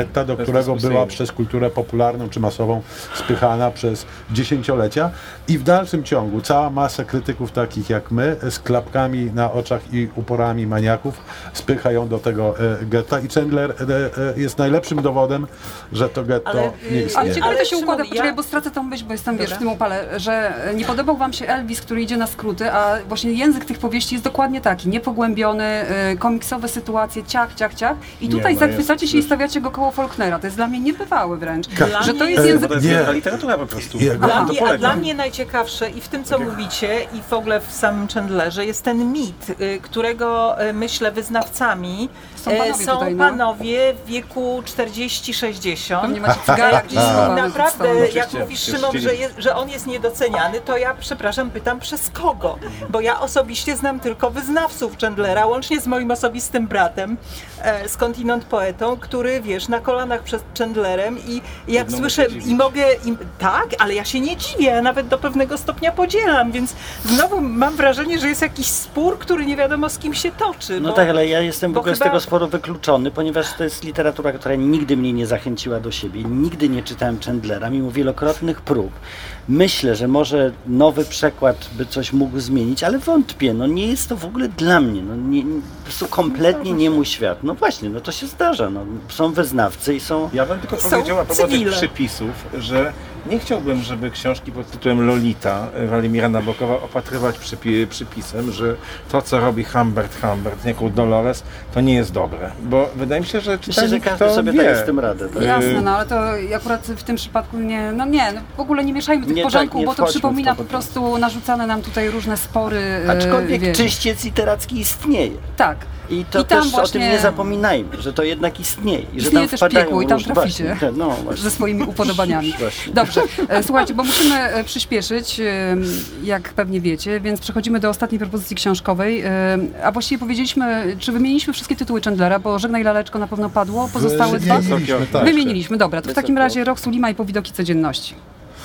getta, do którego była przez kulturę popularną czy masową spychana przez dziesięciolecia i w dalszym ciągu cała masa krytyków takich jak my z klapkami na oczach i uporami maniaków spycha ją do tego e, getta i Chandler e, e, jest najlepszym dowodem, że to getto Ale, nie y, istnieje. Ale ciekawe to się Szymon, układa, ja- poczekaj, bo stracę tą myśl, bo jestem, wiesz, Dobra. w tym upale, że nie podobał wam się Elvis, który idzie na skróty, a właśnie język tych powieści jest dokładnie taki, niepogłębiony, y, komiksowe sytuacje, ciach, ciach, ciach i tutaj no zachwycacie jest, się i wiesz- stawiacie go koło Faulknera. To jest dla mnie niebywałe wręcz, Dla że to mnie- jest E, język... To jest Nie. wielka literatura po prostu. Jego- Dla, Na to mnie, a polega. dla mnie najciekawsze i w tym, co mówicie, i w ogóle w samym Chandlerze jest ten mit, y, którego y, myślę wyznawcami Są y, panowie są tutaj, no. panowie w wieku czterdzieści sześćdziesiąt. Pewnie macie cygara I gdzieś schowane pod naprawdę, stołem. jak Oczywiście, mówisz oczywiście. Szymon, że, je, że on jest niedoceniany, to ja, przepraszam, pytam przez kogo? Bo ja osobiście znam tylko wyznawców Chandlera, łącznie z moim osobistym bratem, e, skądinąd poetą, który, wiesz, na kolanach przed Chandlerem i jak Trudno słyszę mu się dziwić. i mogę, i, tak, ale ja się nie dziwię, ja nawet do pewnego stopnia podzielam, więc znowu mam wrażenie, że jest jakiś spór, który nie wiadomo z kim się toczy. No bo, tak, ale ja jestem w bo ogóle chyba- z tego sporu wykluczony, ponieważ to jest literatura, która nigdy mnie nie zachęciła do siebie. Nigdy nie czytałem Chandlera, mimo wielokrotnych prób. Myślę, że może nowy przekład by coś mógł zmienić, ale wątpię, no nie jest to w ogóle dla mnie, no nie, nie, po prostu kompletnie nie mój świat. No właśnie, no to się zdarza, no. Są wyznawcy i są... Ja bym tylko Są powiedział a propos tych cywile. przypisów, że nie chciałbym, żeby książki pod tytułem Lolita Walimira Nabokowa opatrywać przypi przypisem, że to, co robi Humbert Humbert, jako Dolores, to nie jest dobre. Bo wydaje mi się, że Myślę, że czytelnik każdy to sobie wie. daje z tym radę. Tak? Jasne, no ale to akurat w tym przypadku nie, no nie, no w ogóle nie mieszajmy tych Nie, porządków, tak, nie bo to wchodźmy w przypomina to, po bo to- prostu narzucane nam tutaj różne spory. e, Aczkolwiek wiesz. czyściec literacki istnieje. Tak. I to I tam też o właśnie- tym nie zapominajmy, że to jednak istnieje. I że Istnieje tam też wpadają piekło i tam różne- traficie. Właśnie, te- no, właśnie. Ze swoimi upodobaniami. Właśnie. Dobrze, e, słuchajcie, bo musimy e, przyspieszyć, e, jak pewnie wiecie, więc przechodzimy do ostatniej propozycji książkowej. E, A właściwie powiedzieliśmy, czy wymieniliśmy wszystkie tytuły Chandlera, bo Żegnaj Laleczko na pewno padło, pozostałe dwa? Wymieniliśmy, tak. Wymieniliśmy, dobra, to w takim Wysokie. razie Rok Sulima i Powidoki codzienności.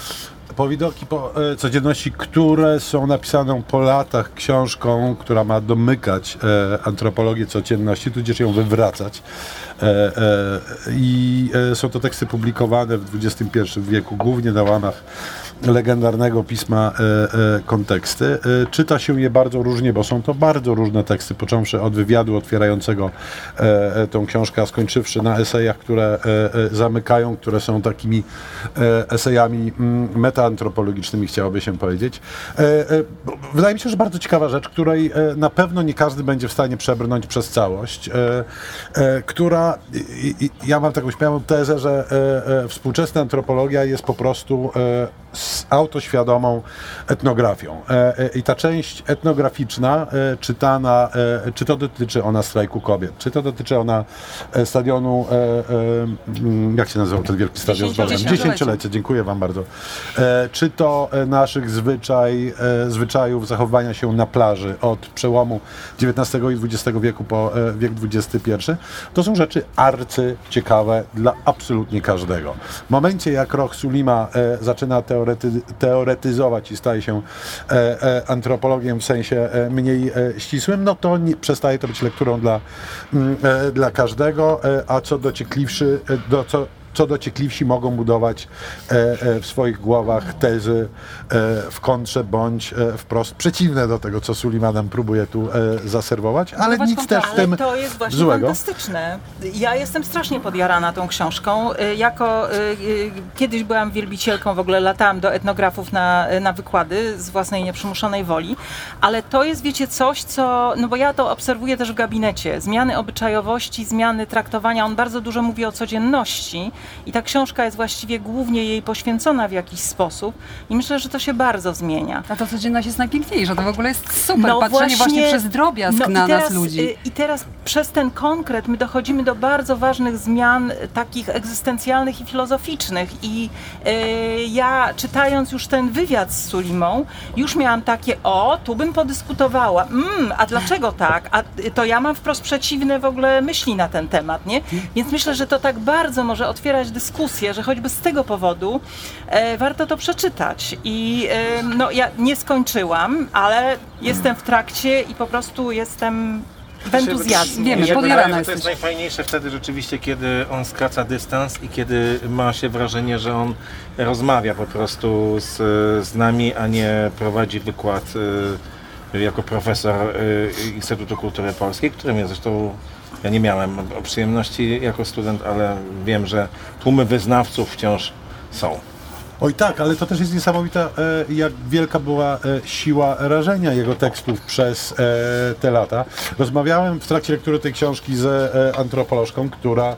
Powidoki po, e, codzienności, które są napisaną po latach książką, która ma domykać e, antropologię codzienności, tudzież ją wywracać. E, e, I e, są to teksty publikowane w dwudziestym pierwszym wieku, głównie na łamach legendarnego pisma e, e, Konteksty. E, czyta się je bardzo różnie, bo są to bardzo różne teksty, począwszy od wywiadu otwierającego e, e, tą książkę, a skończywszy na esejach, które e, e, zamykają, które są takimi e, esejami mm, metaantropologicznymi, chciałoby się powiedzieć. E, e, wydaje mi się, że bardzo ciekawa rzecz, której e, na pewno nie każdy będzie w stanie przebrnąć przez całość, e, e, która, i, i, ja mam taką śmiałą tezę, że e, e, współczesna antropologia jest po prostu e, z autoświadomą etnografią. E, e, I ta część etnograficzna, e, czytana, e, czy to dotyczy ona strajku kobiet, czy to dotyczy ona e, stadionu, e, e, mm, jak się nazywał ten wielki stadion? Dziesięciolecie. Dziesięciolecie, dziękuję wam bardzo. E, czy to e, naszych zwyczaj, e, zwyczajów zachowania się na plaży od przełomu dziewiętnastego i dwudziestego wieku po e, wiek dwudziesty pierwszy, to są rzeczy arcy ciekawe dla absolutnie każdego. W momencie, jak Rok Sulima e, zaczyna teorety, teoretyzować i staje się e, e, antropologiem w sensie e, mniej e, ścisłym, no to nie, przestaje to być lekturą dla, mm, e, dla każdego, e, a co dociekliwszy, e, do, co, co dociekliwsi mogą budować e, e, w swoich głowach tezy e, w kontrze bądź e, wprost przeciwne do tego, co Sulima nam próbuje tu e, zaserwować, ale Budować nic też w tym Ale to jest właśnie złego. fantastyczne. Ja jestem strasznie podjarana tą książką. Y, Jako y, y, kiedyś byłam wielbicielką, w ogóle latałam do etnografów na, na wykłady z własnej nieprzymuszonej woli, ale to jest, wiecie, coś, co, no bo ja to obserwuję też w gabinecie. Zmiany obyczajowości, zmiany traktowania. On bardzo dużo mówi o codzienności i ta książka jest właściwie głównie jej poświęcona w jakiś sposób i myślę, że to się bardzo zmienia. A to codzienność jest najpiękniejsza, to w ogóle jest super, No patrzenie właśnie, przez drobiazg no na i teraz, nas ludzi. y, I teraz przez ten konkret my dochodzimy do bardzo ważnych zmian y, takich egzystencjalnych i filozoficznych i y, ja czytając już ten wywiad z Sulimą, już miałam takie, o, tu bym podyskutowała, mm, a dlaczego tak? A y, to ja mam wprost przeciwne w ogóle myśli na ten temat, nie? Więc myślę, że to tak bardzo może otwierać dyskusję, że choćby z tego powodu e, warto to przeczytać. I e, no ja nie skończyłam, ale jestem w trakcie i po prostu jestem w entuzjazmie. Wiemy, Ja podjarana wydaje, że to jesteś. jest najfajniejsze wtedy rzeczywiście, kiedy on skraca dystans i kiedy ma się wrażenie, że on rozmawia po prostu z, z nami, a nie prowadzi wykład y, jako profesor y, Instytutu Kultury Polskiej, którym ja zresztą ja nie miałem przyjemności jako student, ale wiem, że tłumy wyznawców wciąż są. Oj tak, ale to też jest niesamowite, e, jak wielka była e, siła rażenia jego tekstów przez e, te lata. Rozmawiałem w trakcie lektury tej książki z e, antropolożką, która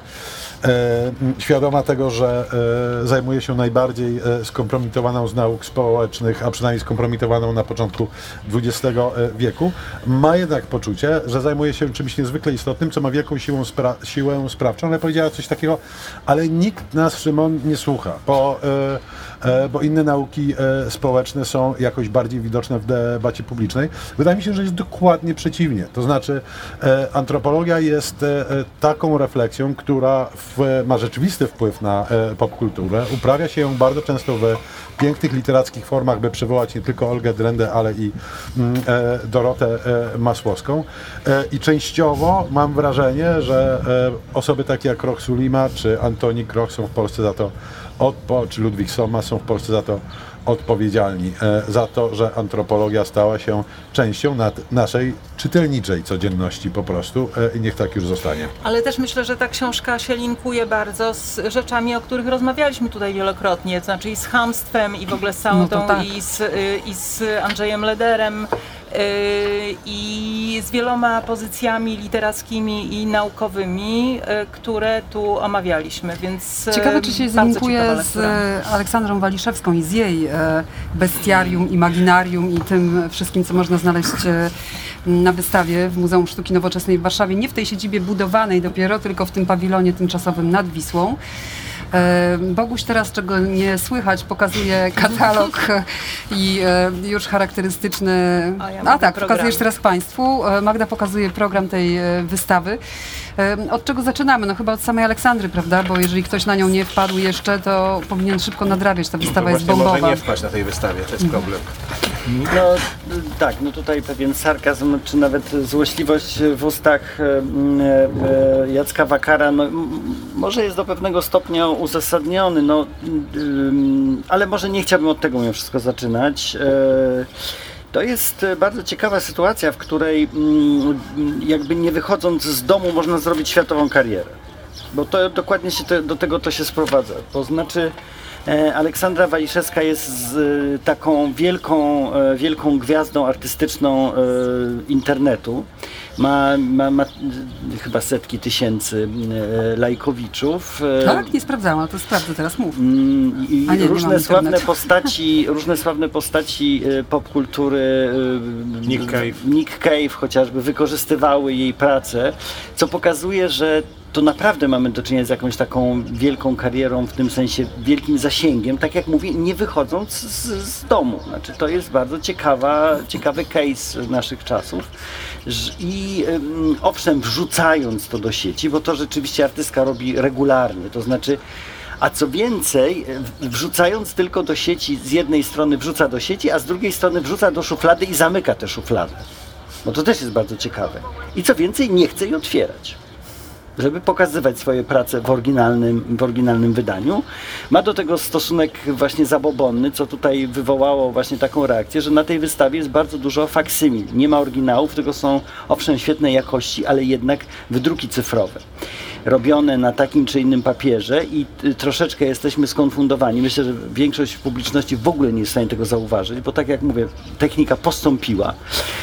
E, świadoma tego, że e, zajmuje się najbardziej e, skompromitowaną z nauk społecznych, a przynajmniej skompromitowaną na początku dwudziestego wieku, ma jednak poczucie, że zajmuje się czymś niezwykle istotnym, co ma wielką siłą spra siłę sprawczą, ale powiedziała coś takiego, ale nikt nas, Szymon, nie słucha, bo, e, e, bo inne nauki e, społeczne są jakoś bardziej widoczne w debacie publicznej. Wydaje mi się, że jest dokładnie przeciwnie. To znaczy e, antropologia jest e, taką refleksją, która w W, ma rzeczywisty wpływ na e, popkulturę. Uprawia się ją bardzo często w pięknych literackich formach, by przywołać nie tylko Olgę Drendę, ale i mm, e, Dorotę e, Masłowską. E, I częściowo mam wrażenie, że e, osoby takie jak Roch Sulima czy Antoni Kroch są w Polsce za to odpo, czy Ludwik Soma są w Polsce za to odpowiedzialni e, za to, że antropologia stała się częścią nad naszej czytelniczej codzienności po prostu e, i niech tak już zostanie. Ale też myślę, że ta książka się linkuje bardzo z rzeczami, o których rozmawialiśmy tutaj wielokrotnie, to znaczy i z chamstwem, i w ogóle z całą No to tą, tak. i, z, i z Andrzejem Lederem, yy, i z wieloma pozycjami literackimi i naukowymi, yy, które tu omawialiśmy, więc Ciekawe, czy się bardzo zlinkuje ciekawa z lektura. Aleksandrą Waliszewską i z jej e, bestiarium, imaginarium i tym wszystkim, co można znaleźć e, na wystawie w Muzeum Sztuki Nowoczesnej w Warszawie. Nie w tej siedzibie budowanej dopiero, tylko w tym pawilonie tymczasowym nad Wisłą. E, Boguś teraz, czego nie słychać, pokazuje katalog i e, już charakterystyczny... A ja A mówię tak, program. pokazujesz teraz Państwu. E, Magda pokazuje program tej e, wystawy. E, Od czego zaczynamy? No chyba od samej Aleksandry, prawda? Bo jeżeli ktoś na nią nie wpadł jeszcze, to powinien szybko nadrabiać. Ta wystawa jest Właśnie bombowa. może nie wpaść na tej wystawie, to jest problem. No tak, no tutaj pewien sarkazm, czy nawet złośliwość w ustach e, e, Jacka Wakara, no, m, może jest do pewnego stopnia uzasadniony, no, ym, ale może nie chciałbym od tego mimo wszystko zaczynać. E, To jest bardzo ciekawa sytuacja, w której mm, jakby nie wychodząc z domu można zrobić światową karierę. Bo to dokładnie się te, do tego to się sprowadza. To znaczy e, Aleksandra Waliszewska jest z, e, taką wielką, e, wielką gwiazdą artystyczną e, internetu. Ma, ma, ma e, chyba setki tysięcy e, lajkowiczów. E, Tak? Nie sprawdzałam, to sprawdzę teraz, mów. Mm, I A nie, nie różne mam sławne internetu. postaci, różne sławne postaci e, popkultury, e, Nick Cave. Nick Cave chociażby, wykorzystywały jej pracę, co pokazuje, że to naprawdę mamy do czynienia z jakąś taką wielką karierą, w tym sensie wielkim zasięgiem, tak jak mówię, nie wychodząc z, z domu. Znaczy, to jest bardzo ciekawa, ciekawy case naszych czasów. Ż- I ym, owszem, wrzucając to do sieci, bo to rzeczywiście artystka robi regularnie, to znaczy a co więcej, w- wrzucając tylko do sieci, z jednej strony wrzuca do sieci, a z drugiej strony wrzuca do szuflady i zamyka tę szufladę. Bo to też jest bardzo ciekawe. I co więcej, nie chce jej otwierać, żeby pokazywać swoje prace w oryginalnym, w oryginalnym wydaniu. Ma do tego stosunek właśnie zabobonny, co tutaj wywołało właśnie taką reakcję, że na tej wystawie jest bardzo dużo faksymil. Nie ma oryginałów, tylko są owszem świetnej jakości, ale jednak wydruki cyfrowe. Robione na takim czy innym papierze i y, troszeczkę jesteśmy skonfundowani. Myślę, że większość publiczności w ogóle nie jest w stanie tego zauważyć, bo tak jak mówię, technika postąpiła,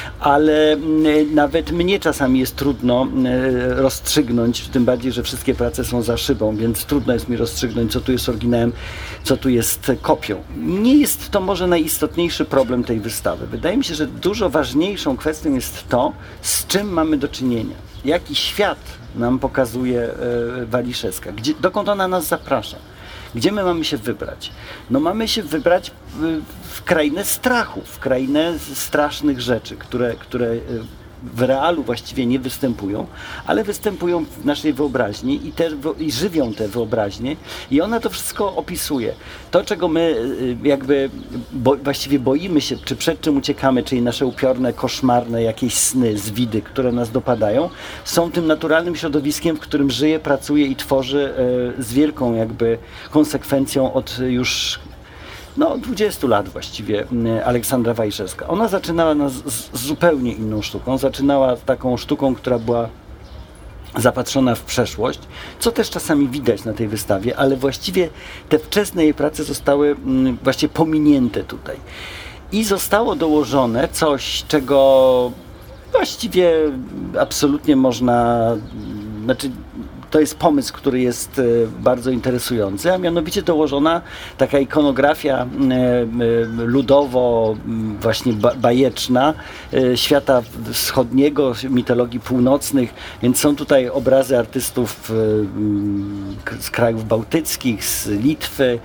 ale y, nawet mnie czasami jest trudno y, rozstrzygnąć, tym bardziej, że wszystkie prace są za szybą, więc trudno jest mi rozstrzygnąć, co tu jest oryginałem, co tu jest kopią. Nie jest to może najistotniejszy problem tej wystawy. Wydaje mi się, że dużo ważniejszą kwestią jest to, z czym mamy do czynienia. Jaki świat nam pokazuje e, Waliszewska, gdzie, dokąd ona nas zaprasza, gdzie my mamy się wybrać. No mamy się wybrać w, w krainę strachu, w krainę strasznych rzeczy, które, które w realu właściwie nie występują, ale występują w naszej wyobraźni i, te, i żywią te wyobraźnie i ona to wszystko opisuje. To, czego my jakby bo, właściwie boimy się, czy przed czym uciekamy, czyli nasze upiorne, koszmarne jakieś sny, zwidy, które nas dopadają, są tym naturalnym środowiskiem, w którym żyje, pracuje i tworzy e, z wielką jakby konsekwencją od już no, dwudziestu lat właściwie Aleksandra Wajszewska. Ona zaczynała nas z, z zupełnie inną sztuką. Zaczynała taką sztuką, która była zapatrzona w przeszłość, co też czasami widać na tej wystawie, ale właściwie te wczesne jej prace zostały mm, właściwie pominięte tutaj. I zostało dołożone coś, czego właściwie absolutnie można, znaczy to jest pomysł, który jest bardzo interesujący, a mianowicie dołożona taka ikonografia ludowo właśnie bajeczna świata wschodniego, mitologii północnych, więc są tutaj obrazy artystów z krajów bałtyckich, z Litwy,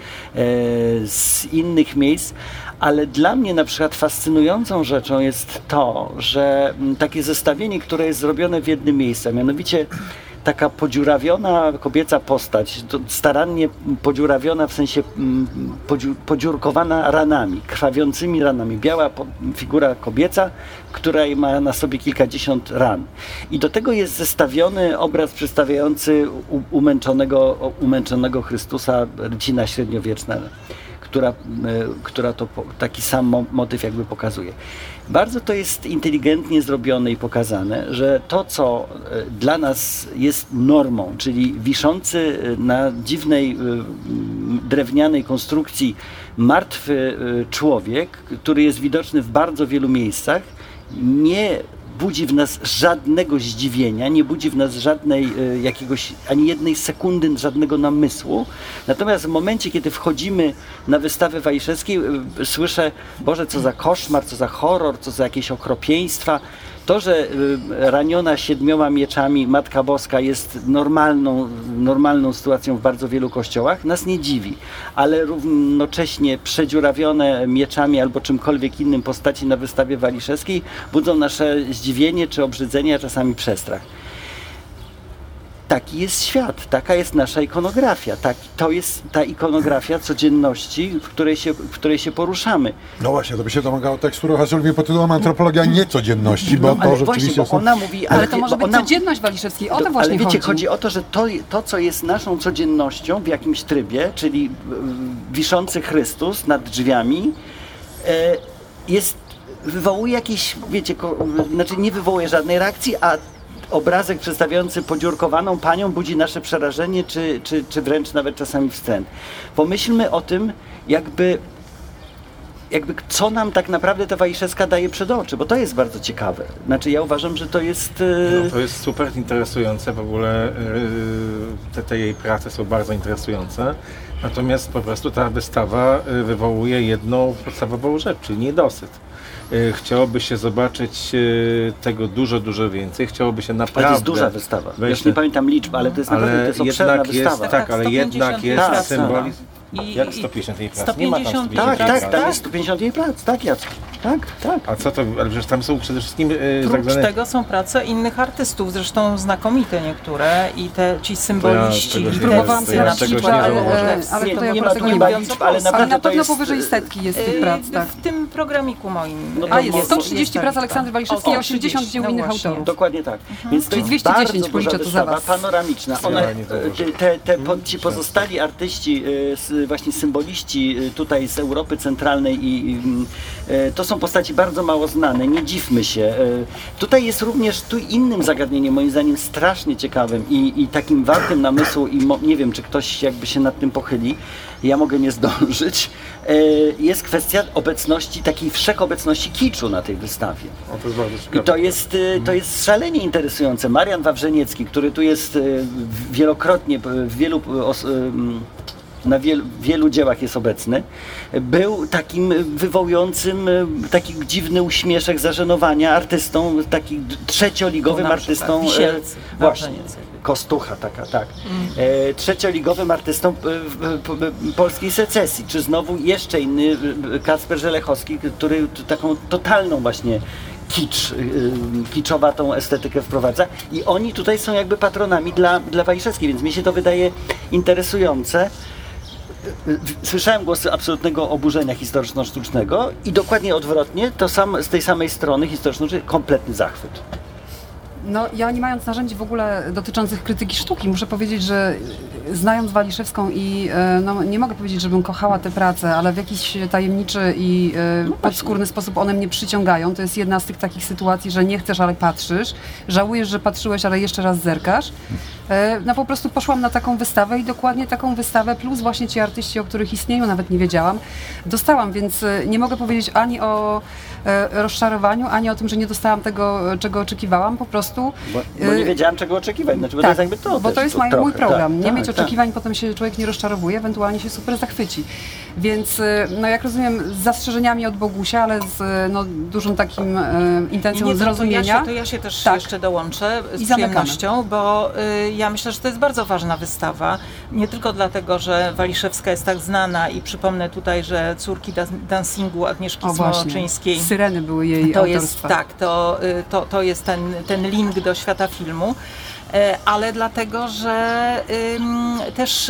z innych miejsc. Ale dla mnie na przykład fascynującą rzeczą jest to, że takie zestawienie, które jest zrobione w jednym miejscu, a mianowicie taka podziurawiona kobieca postać, starannie podziurawiona w sensie podziu, podziurkowana ranami, krwawiącymi ranami. Biała figura kobieca, która ma na sobie kilkadziesiąt ran. I do tego jest zestawiony obraz przedstawiający umęczonego, umęczonego Chrystusa, rycina średniowieczna, która, która to taki sam motyw jakby pokazuje. Bardzo to jest inteligentnie zrobione i pokazane, że to, co dla nas jest normą, czyli wiszący na dziwnej drewnianej konstrukcji martwy człowiek, który jest widoczny w bardzo wielu miejscach, nie budzi w nas żadnego zdziwienia, nie budzi w nas żadnej e, jakiegoś, ani jednej sekundy żadnego namysłu. Natomiast w momencie, kiedy wchodzimy na wystawę Wajszewskiej, e, słyszę, Boże, co za koszmar, co za horror, co za jakieś okropieństwa. To, że e, raniona siedmioma mieczami Matka Boska jest normalną, normalną sytuacją w bardzo wielu kościołach, nas nie dziwi. Ale równocześnie przedziurawione mieczami albo czymkolwiek innym postaci na wystawie Wajszewskiej budzą nasze zdziwienie czy obrzydzenie, a czasami przestrach. Taki jest świat, taka jest nasza ikonografia. Tak, to jest ta ikonografia codzienności, w której się, w której się poruszamy. No właśnie, to by się domagało tekstu Rochasylwii pod tytułem Antropologia niecodzienności, bo no, to rzeczywiście właśnie, bo są... ona mówi, ale, ale to może być ona, codzienność Waliszewskiej, o to, to właśnie ale wiecie, chodzi. chodzi o to, że to, to, co jest naszą codziennością w jakimś trybie, czyli wiszący Chrystus nad drzwiami, e, jest, wywołuje jakieś, wiecie, ko, znaczy nie wywołuje żadnej reakcji, a obrazek przedstawiający podziurkowaną panią budzi nasze przerażenie, czy, czy, czy wręcz nawet czasami wstręt. Pomyślmy o tym, jakby, jakby co nam tak naprawdę ta Wajszewska daje przed oczy, bo to jest bardzo ciekawe. Znaczy ja uważam, że to jest... No, to jest super interesujące, w ogóle te, te jej prace są bardzo interesujące, natomiast po prostu ta wystawa wywołuje jedną podstawową rzecz, czyli niedosyt. Chciałoby się zobaczyć tego dużo, dużo więcej. Chciałoby się naprawdę... Ale to jest duża wystawa. Ja już nie pamiętam liczb, ale to jest naprawdę to jest obszerna wystawa. Jest, tak, ale jednak jest tak, symbolizm. I, Jak sto pięćdziesiąt jej prac? sto pięćdziesiąt Nie ma tam sto Tak, pięćdziesiąt tak, prac. tam jest sto pięćdziesiąt jej prac, tak Jacek, tak, tak. A co to, ale przecież tam są przede wszystkim e, Prócz zagrane... tego są prace innych artystów, zresztą znakomite niektóre i te ci symboliści, To ja czegoś nie litewscy wiem, to ja na czegoś przykład, nie ale, założę. ale nie, to ja nie po ma prostu tu nie chyba wiem, liczb, co ale plus, ale naprawdę na to pewno jest... powyżej setki jest tych Yy, prac, tak. w tym programiku moim. No to A jest jest- sto trzydzieści jest prac ta Aleksandry lista. Waliszewskiej, O, osiemdziesiąt dzieł no innych właśnie. autorów. Dokładnie tak. Więc to Czyli jest dwieście bardzo dziesięć duża policzę to za wystawa, was. panoramiczna. Ona, Zdecydowanie to dużo. te, te, po, ci pozostali artyści, y, s- właśnie symboliści y, tutaj z Europy Centralnej i i, y, to są postaci bardzo mało znane, nie dziwmy się. Y, Tutaj jest również tu innym zagadnieniem, moim zdaniem strasznie ciekawym i, i takim wartym namysłu i mo, nie wiem, czy ktoś jakby się nad tym pochyli, ja mogę nie zdążyć, y, jest kwestia obecności, takiej wszechobecności kiczu na tej wystawie. O, to jest bardzo I ciekawe. to jest, y, to jest szalenie interesujące. Marian Wawrzeniecki, który tu jest y, wielokrotnie, w wielu, os- ym, na wielu, wielu dziełach jest obecny, był takim wywołującym y, taki dziwny uśmieszek zażenowania artystą, takim trzecioligowym No, na przykład artystą. y, Wisielcy, Właśnie. Wawrzeniecki. Kostucha taka, tak. E, trzecioligowym artystą e, w- w- polskiej secesji, czy znowu jeszcze inny e, Kacper Żelechowski, który t- taką totalną właśnie kicz, kiczowatą estetykę wprowadza i oni tutaj są jakby patronami dla, dla Waliszewskiej, więc mi się to wydaje interesujące. Słyszałem głosy absolutnego oburzenia historyczno-sztucznego i dokładnie odwrotnie, to sam, z tej samej strony historyczno-sztucznej kompletny zachwyt. No, ja nie mając narzędzi w ogóle dotyczących krytyki sztuki, muszę powiedzieć, że znając Waliszewską i no, nie mogę powiedzieć, żebym kochała tę pracę, ale w jakiś tajemniczy i no podskórny sposób one mnie przyciągają. To jest jedna z tych takich sytuacji, że nie chcesz, ale patrzysz. Żałujesz, że patrzyłeś, ale jeszcze raz zerkasz. No po prostu poszłam na taką wystawę i dokładnie taką wystawę, plus właśnie ci artyści, o których istnieją, nawet nie wiedziałam, dostałam, więc nie mogę powiedzieć ani o rozczarowaniu, ani o tym, że nie dostałam tego, czego oczekiwałam, po prostu. Bo, bo nie wiedziałam, czego oczekiwać, znaczy, bo tak, to jest jakby to bo też, to jest to mój trochę, program, tak, nie tak, mieć tak. oczekiwań, potem się człowiek nie rozczarowuje, ewentualnie się super zachwyci. Więc, no jak rozumiem, z zastrzeżeniami od Bogusia, ale z no, dużą takim e, intencją nie, zrozumienia. To ja, się, to ja się też tak. jeszcze dołączę z I przyjemnością, bo y, ja myślę, że to jest bardzo ważna wystawa. Nie tylko dlatego, że Waliszewska jest tak znana i przypomnę tutaj, że Córki dancingu Agnieszki Smoczyńskiej. Syreny były jej to autorstwa. jest, tak, to, to, to jest ten, ten link do świata filmu, ale dlatego, że ym, też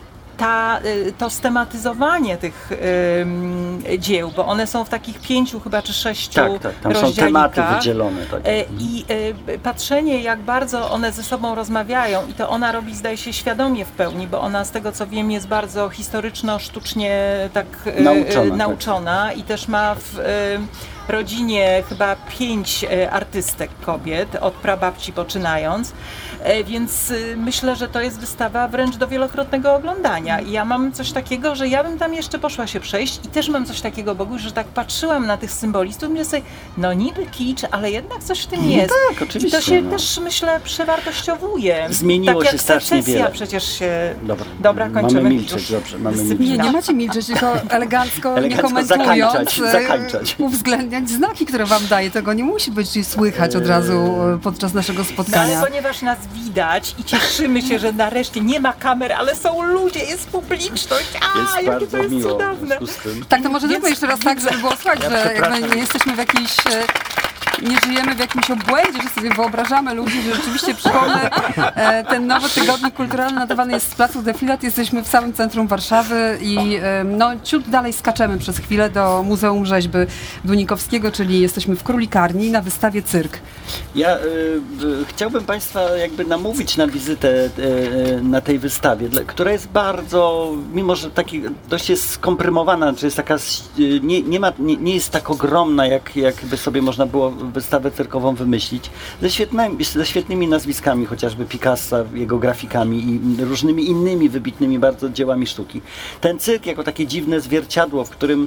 ta, to stematyzowanie tych ym, dzieł, bo one są w takich pięciu chyba czy sześciu tak, tak, tam są tematy wydzielone. Tak. I y, patrzenie, jak bardzo one ze sobą rozmawiają i to ona robi, zdaje się, świadomie w pełni, bo ona z tego co wiem jest bardzo historyczno-sztucznie tak y, nauczona, y, nauczona tak. I też ma w y, rodzinie chyba pięć artystek kobiet, od prababci poczynając, więc myślę, że to jest wystawa wręcz do wielokrotnego oglądania i ja mam coś takiego, że ja bym tam jeszcze poszła się przejść i też mam coś takiego, Boguś, że tak patrzyłam na tych symbolistów i myślę sobie, no niby kicz, ale jednak coś w tym jest. No tak, oczywiście. I to się no. też, myślę, przewartościowuje. Zmieniło tak się strasznie wiele. Przecież się... Dobra, Dobra kończymy. Mamy milczeć, dobrze, mamy milczeć. Nie, nie macie milczeć, tylko elegancko, elegancko nie komentując, zakańczać, zakańczać. uwzględniać znaki, które wam daje. Tego nie musi być słychać od razu podczas naszego spotkania. No, ale ponieważ nas widać i cieszymy się, że nareszcie nie ma kamer, ale są ludzie, jest publiczność. A, jest jakie bardzo to jest miło. cudowne. Tak, to może zróbmy jeszcze raz tak, żeby było słychać, Ja że jakby nie jesteśmy w jakiejś... nie żyjemy w jakimś obłędzie, że sobie wyobrażamy ludzi, że rzeczywiście, przypomnę, ten nowy tygodnik kulturalny nadawany jest z placu Defilat, jesteśmy w samym centrum Warszawy i no ciut dalej skaczemy przez chwilę do Muzeum Rzeźby Dunikowskiego, czyli jesteśmy w Królikarni na wystawie Cyrk. Ja y, y, chciałbym Państwa jakby namówić na wizytę y, y, na tej wystawie, która jest bardzo, mimo że taki dość jest skomprimowana, czy jest taka, y, nie, nie, ma, nie, nie jest tak ogromna, jak, jakby sobie można było wystawę cyrkową wymyślić, ze świetnymi, ze świetnymi nazwiskami, chociażby Picassa, jego grafikami i różnymi innymi wybitnymi bardzo dziełami sztuki. Ten cyrk jako takie dziwne zwierciadło, w którym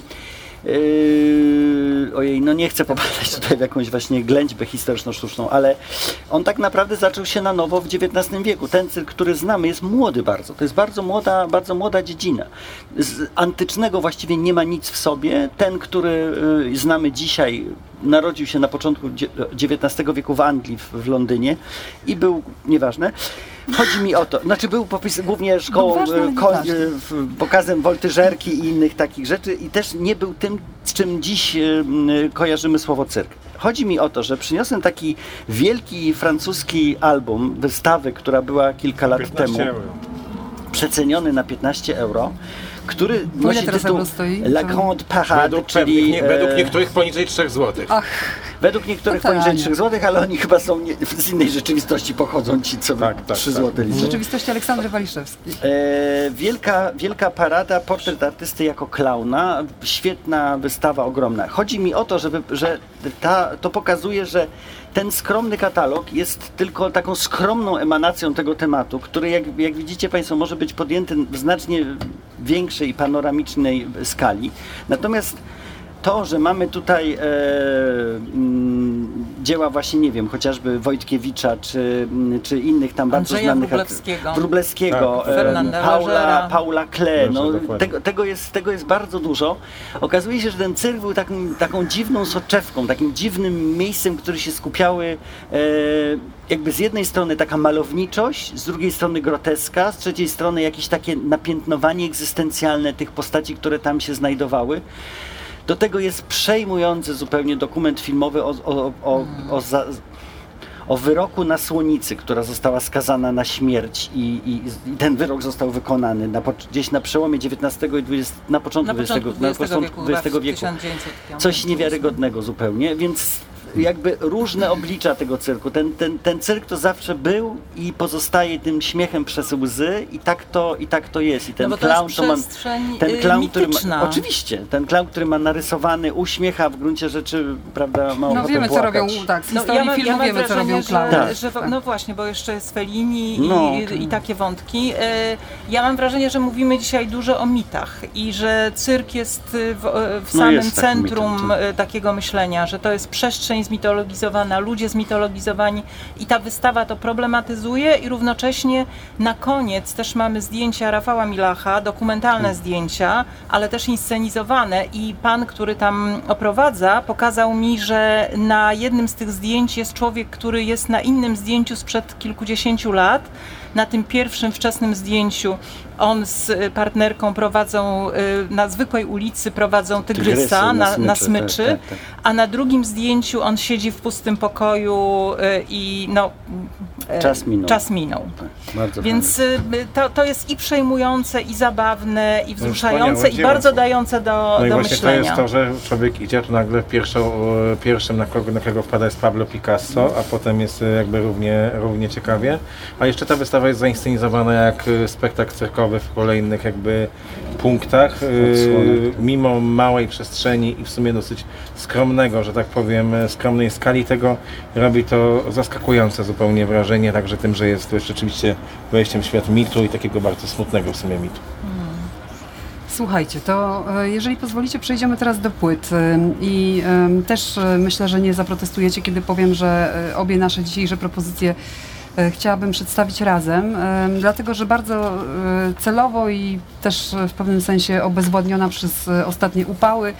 Yy, ojej, no nie chcę popadać tutaj w jakąś właśnie ględźbę historyczno-sztuczną, ale on tak naprawdę zaczął się na nowo w dziewiętnastym wieku. Ten cyrk, który znamy, jest młody bardzo. To jest bardzo młoda, bardzo młoda dziedzina. Z antycznego właściwie nie ma nic w sobie. Ten, który yy, znamy dzisiaj, narodził się na początku dziewiętnastego wieku w Anglii, w, w Londynie i był, nieważne, chodzi mi o to, znaczy był popis, głównie szkołą, ważny, ko, pokazem woltyżerki i innych takich rzeczy i też nie był tym, z czym dziś y, kojarzymy słowo cyrk. Chodzi mi o to, że przyniosłem taki wielki francuski album, wystawy, która była kilka lat temu, euro. przeceniony na piętnaście euro, który nosi tytuł stoi? La Grande Parade, Według, czyli... pewnych, nie, według niektórych poniżej trzech złotych. Ach, Według niektórych no tak. poniżej trzech złotych, ale oni chyba są nie, z innej rzeczywistości pochodzą, ci co Tak, tak, trzy tak. złote w liczą. rzeczywistości Aleksandry Waliszewskiej. E, wielka, wielka parada, portret artysty jako klauna, świetna wystawa, ogromna. Chodzi mi o to, żeby, że ta, to pokazuje, że ten skromny katalog jest tylko taką skromną emanacją tego tematu, który jak, jak widzicie Państwo może być podjęty w znacznie większej i panoramicznej skali. Natomiast to, że mamy tutaj e, m, dzieła właśnie, nie wiem, chociażby Wojtkiewicza, czy, czy innych tam bardzo Andrzeja znanych... Wróblewskiego. Wróblewskiego, Tak. e, Fernanda Paula, Lagera. Paula Klee, no, Dobrze, tego, tego, jest, tego jest bardzo dużo. Okazuje się, że ten cyrk był takim, taką dziwną soczewką, takim dziwnym miejscem, które się skupiały e, jakby z jednej strony taka malowniczość, z drugiej strony groteska, z trzeciej strony jakieś takie napiętnowanie egzystencjalne tych postaci, które tam się znajdowały. Do tego jest przejmujący zupełnie dokument filmowy o, o, o, o, za, o wyroku na słonicy, która została skazana na śmierć i, i, i ten wyrok został wykonany na, gdzieś na przełomie dziewiętnastego i dwudziestego, na początku dwudziestego wieku. Coś niewiarygodnego zupełnie, więc jakby różne oblicza tego cyrku. Ten, ten, ten cyrk to zawsze był i pozostaje tym śmiechem przez łzy i tak to, i tak to jest. I ten no clown to, to ma, ten clown, który ma, oczywiście, ten clown, który ma narysowany uśmiech, a w gruncie rzeczy, prawda, ma No wiemy, płakać. co robią, tak, z historii no, ja, filmu ja wiemy, co robią klauny. Że, że, no właśnie, bo jeszcze jest Fellini i, no, i, i takie wątki. Ja mam wrażenie, że mówimy dzisiaj dużo o mitach i że cyrk jest w, w samym no jest centrum mitem, takiego myślenia, że to jest przestrzeń zmitologizowana, ludzie zmitologizowani i ta wystawa to problematyzuje i równocześnie na koniec też mamy zdjęcia Rafała Milacha, dokumentalne zdjęcia, ale też inscenizowane i pan, który tam oprowadza, pokazał mi, że na jednym z tych zdjęć jest człowiek, który jest na innym zdjęciu sprzed kilkudziesięciu lat. Na tym pierwszym wczesnym zdjęciu on z partnerką prowadzą na zwykłej ulicy, prowadzą tygrysa, Tygrysy, na, na smyczy, na smyczy tak, tak, tak. A na drugim zdjęciu on siedzi w pustym pokoju i no, czas minął. Czas minął. Tak, bardzo Więc to, to jest i przejmujące, i zabawne, i wzruszające, i bardzo dające do, no i do właśnie myślenia. To jest to, że człowiek idzie, to nagle pierwszą, pierwszym, na kogo, na kogo wpada jest Pablo Picasso, a potem jest jakby równie, równie ciekawie. A jeszcze ta wystawa jest zainscenizowana jak spektakl cyrkowy w kolejnych jakby punktach, yy, mimo małej przestrzeni i w sumie dosyć skromnego, że tak powiem, skromnej skali tego, robi to zaskakujące zupełnie wrażenie, także tym, że jest to już rzeczywiście wejściem w świat mitu i takiego bardzo smutnego w sumie mitu. Słuchajcie, to jeżeli pozwolicie, przejdziemy teraz do płyt i też myślę, że nie zaprotestujecie, kiedy powiem, że obie nasze dzisiejsze propozycje chciałabym przedstawić razem, dlatego że bardzo celowo i też w pewnym sensie obezwładniona przez ostatnie upały,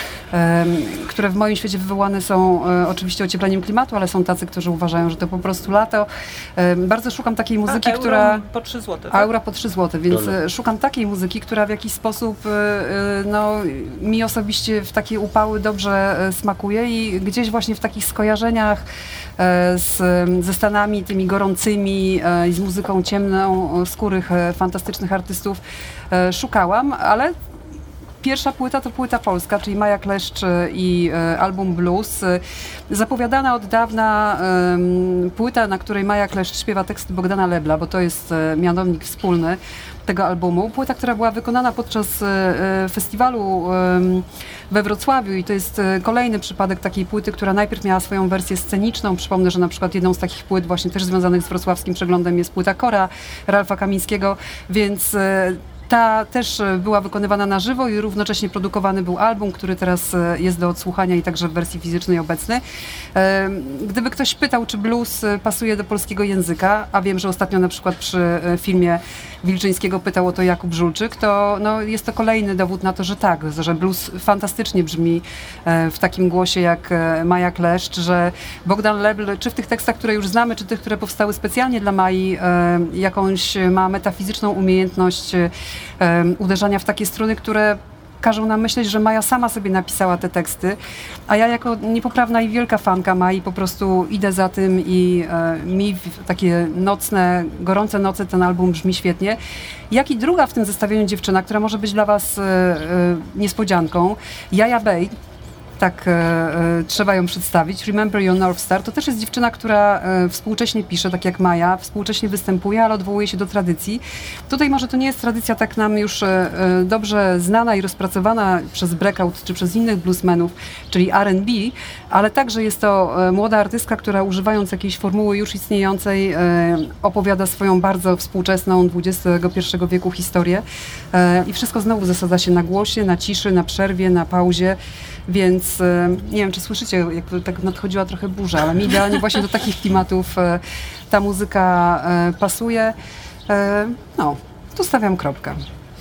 które w moim świecie wywołane są oczywiście ociepleniem klimatu, ale są tacy, którzy uważają, że to po prostu lato. Bardzo szukam takiej muzyki, a która... po trzy złote. Tak? Euro po trzy złote, więc Dole. Szukam takiej muzyki, która w jakiś sposób no, mi osobiście w takie upały dobrze smakuje i gdzieś właśnie w takich skojarzeniach z, ze Stanami tymi gorącymi i z muzyką ciemną skórych fantastycznych artystów szukałam, ale pierwsza płyta to płyta polska, czyli Maja Kleszcz i e, album Blues. Zapowiadana od dawna e, płyta, na której Maja Kleszcz śpiewa teksty Bogdana Lebla, bo to jest e, mianownik wspólny tego albumu. Płyta, która była wykonana podczas e, festiwalu e, we Wrocławiu i to jest e, kolejny przypadek takiej płyty, która najpierw miała swoją wersję sceniczną. Przypomnę, że na przykład jedną z takich płyt właśnie też związanych z wrocławskim przeglądem jest płyta Kora Ralfa Kamińskiego, więc e, ta też była wykonywana na żywo i równocześnie produkowany był album, który teraz jest do odsłuchania i także w wersji fizycznej obecny. Gdyby ktoś pytał, czy blues pasuje do polskiego języka, a wiem, że ostatnio na przykład przy filmie Wilczyńskiego pytał o to Jakub Żulczyk, to no, jest to kolejny dowód na to, że tak, że blues fantastycznie brzmi w takim głosie jak Maja Kleszcz, że Bogdan Lebl, czy w tych tekstach, które już znamy, czy tych, które powstały specjalnie dla Mai, jakąś ma metafizyczną umiejętność uderzania w takie struny, które każą nam myśleć, że Maja sama sobie napisała te teksty, a ja jako niepoprawna i wielka fanka Mai po prostu idę za tym i e, mi w takie nocne, gorące noce ten album brzmi świetnie. Jak i druga w tym zestawieniu dziewczyna, która może być dla was e, e, niespodzianką, Jaja Bey. Tak e, e, trzeba ją przedstawić. Remember Your North Star. To też jest dziewczyna, która e, współcześnie pisze, tak jak Maja, współcześnie występuje, ale odwołuje się do tradycji. Tutaj może to nie jest tradycja tak nam już e, e, dobrze znana i rozpracowana przez Breakout czy przez innych bluesmenów, czyli R and B, ale także jest to e, młoda artystka, która używając jakiejś formuły już istniejącej e, opowiada swoją bardzo współczesną dwudziestego pierwszego wieku historię e, i wszystko znowu zasadza się na głosie, na ciszy, na przerwie, na pauzie. Więc nie wiem, czy słyszycie, jakby tak nadchodziła trochę burza, ale mi idealnie właśnie do takich klimatów ta muzyka pasuje. No, tu stawiam kropkę.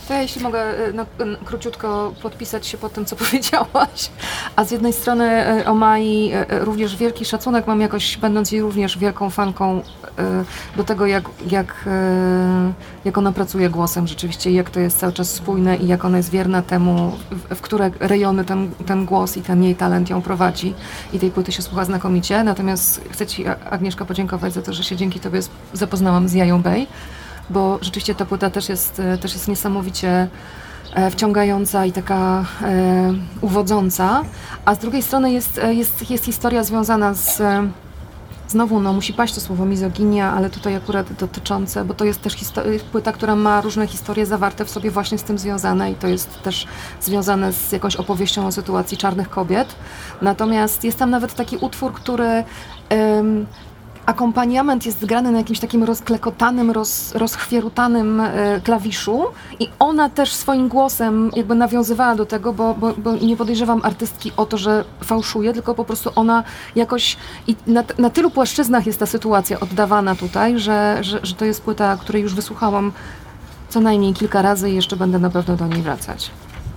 To ja, jeśli mogę no, króciutko podpisać się pod tym, co powiedziałaś. A z jednej strony o Mai również wielki szacunek mam jakoś, będąc jej również wielką fanką do tego, jak, jak, jak ona pracuje głosem rzeczywiście, jak to jest cały czas spójne i jak ona jest wierna temu, w, w które rejony ten, ten głos i ten jej talent ją prowadzi. I tej płyty się słucha znakomicie. Natomiast chcę Ci, Agnieszka, podziękować za to, że się dzięki Tobie zapoznałam z Jają Bey, bo rzeczywiście ta płyta też jest, też jest niesamowicie wciągająca i taka e, uwodząca, a z drugiej strony jest, jest, jest historia związana z, znowu no musi paść to słowo mizoginia, ale tutaj akurat dotyczące, bo to jest też histo- płyta, która ma różne historie zawarte w sobie właśnie z tym związane i to jest też związane z jakąś opowieścią o sytuacji czarnych kobiet. Natomiast jest tam nawet taki utwór, który em, akompaniament jest grany na jakimś takim rozklekotanym, roz, rozchwierutanym e, klawiszu i ona też swoim głosem jakby nawiązywała do tego, bo, bo, bo nie podejrzewam artystki o to, że fałszuje, tylko po prostu ona jakoś i na, na tylu płaszczyznach jest ta sytuacja oddawana tutaj, że, że, że to jest płyta, której już wysłuchałam co najmniej kilka razy i jeszcze będę na pewno do niej wracać.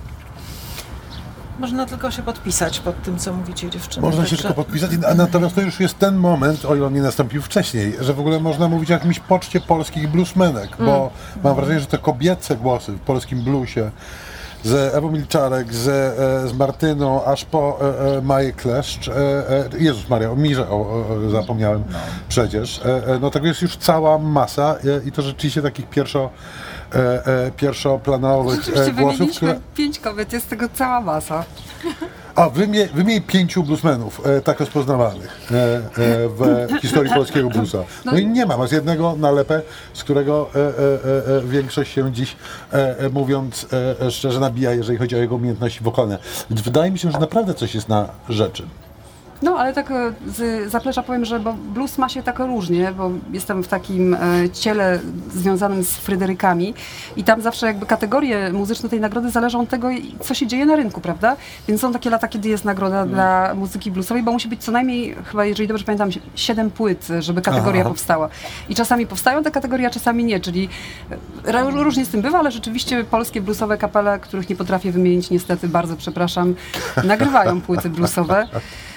Można tylko się podpisać pod tym, co mówicie, dziewczyny. Można się Także... tylko podpisać, a natomiast to już jest ten moment, o ile on nie nastąpił wcześniej, że w ogóle można mówić o jakimś poczcie polskich bluesmenek, mm. bo mam wrażenie, że te kobiece głosy w polskim bluesie, z Ewą Milczarek, z, z Martyną, aż po e, Maję Kleszcz, e, Jezus Maria, o Mirze o, o, zapomniałem no. przecież, e, no tego jest już cała masa e, i to rzeczywiście takich pierwszo E, e, pierwszoplanowych Rzeczywiście e, głosów, wymieniliśmy które... pięć kobiet, jest tego cała masa. A, wymień, wymień pięciu bluesmenów e, tak rozpoznawalnych e, e, w historii polskiego bluesa. No, no i nie ma, masz jednego nalepę, z którego e, e, e, większość się dziś, e, e, mówiąc e, szczerze, nabija, jeżeli chodzi o jego umiejętności wokalne. Więc wydaje mi się, że naprawdę coś jest na rzeczy. No, ale tak z zaplecza powiem, że bo blues ma się tak różnie, bo jestem w takim e, ciele związanym z Fryderykami i tam zawsze jakby kategorie muzyczne tej nagrody zależą od tego, co się dzieje na rynku, prawda? Więc są takie lata, kiedy jest nagroda mm. dla muzyki bluesowej, bo musi być co najmniej, chyba jeżeli dobrze pamiętam, siedem płyt, żeby kategoria Aha. powstała. I czasami powstają te kategorie, a czasami nie, czyli różnie z tym bywa, ale rzeczywiście polskie bluesowe kapele, których nie potrafię wymienić niestety, bardzo przepraszam, nagrywają płyty bluesowe.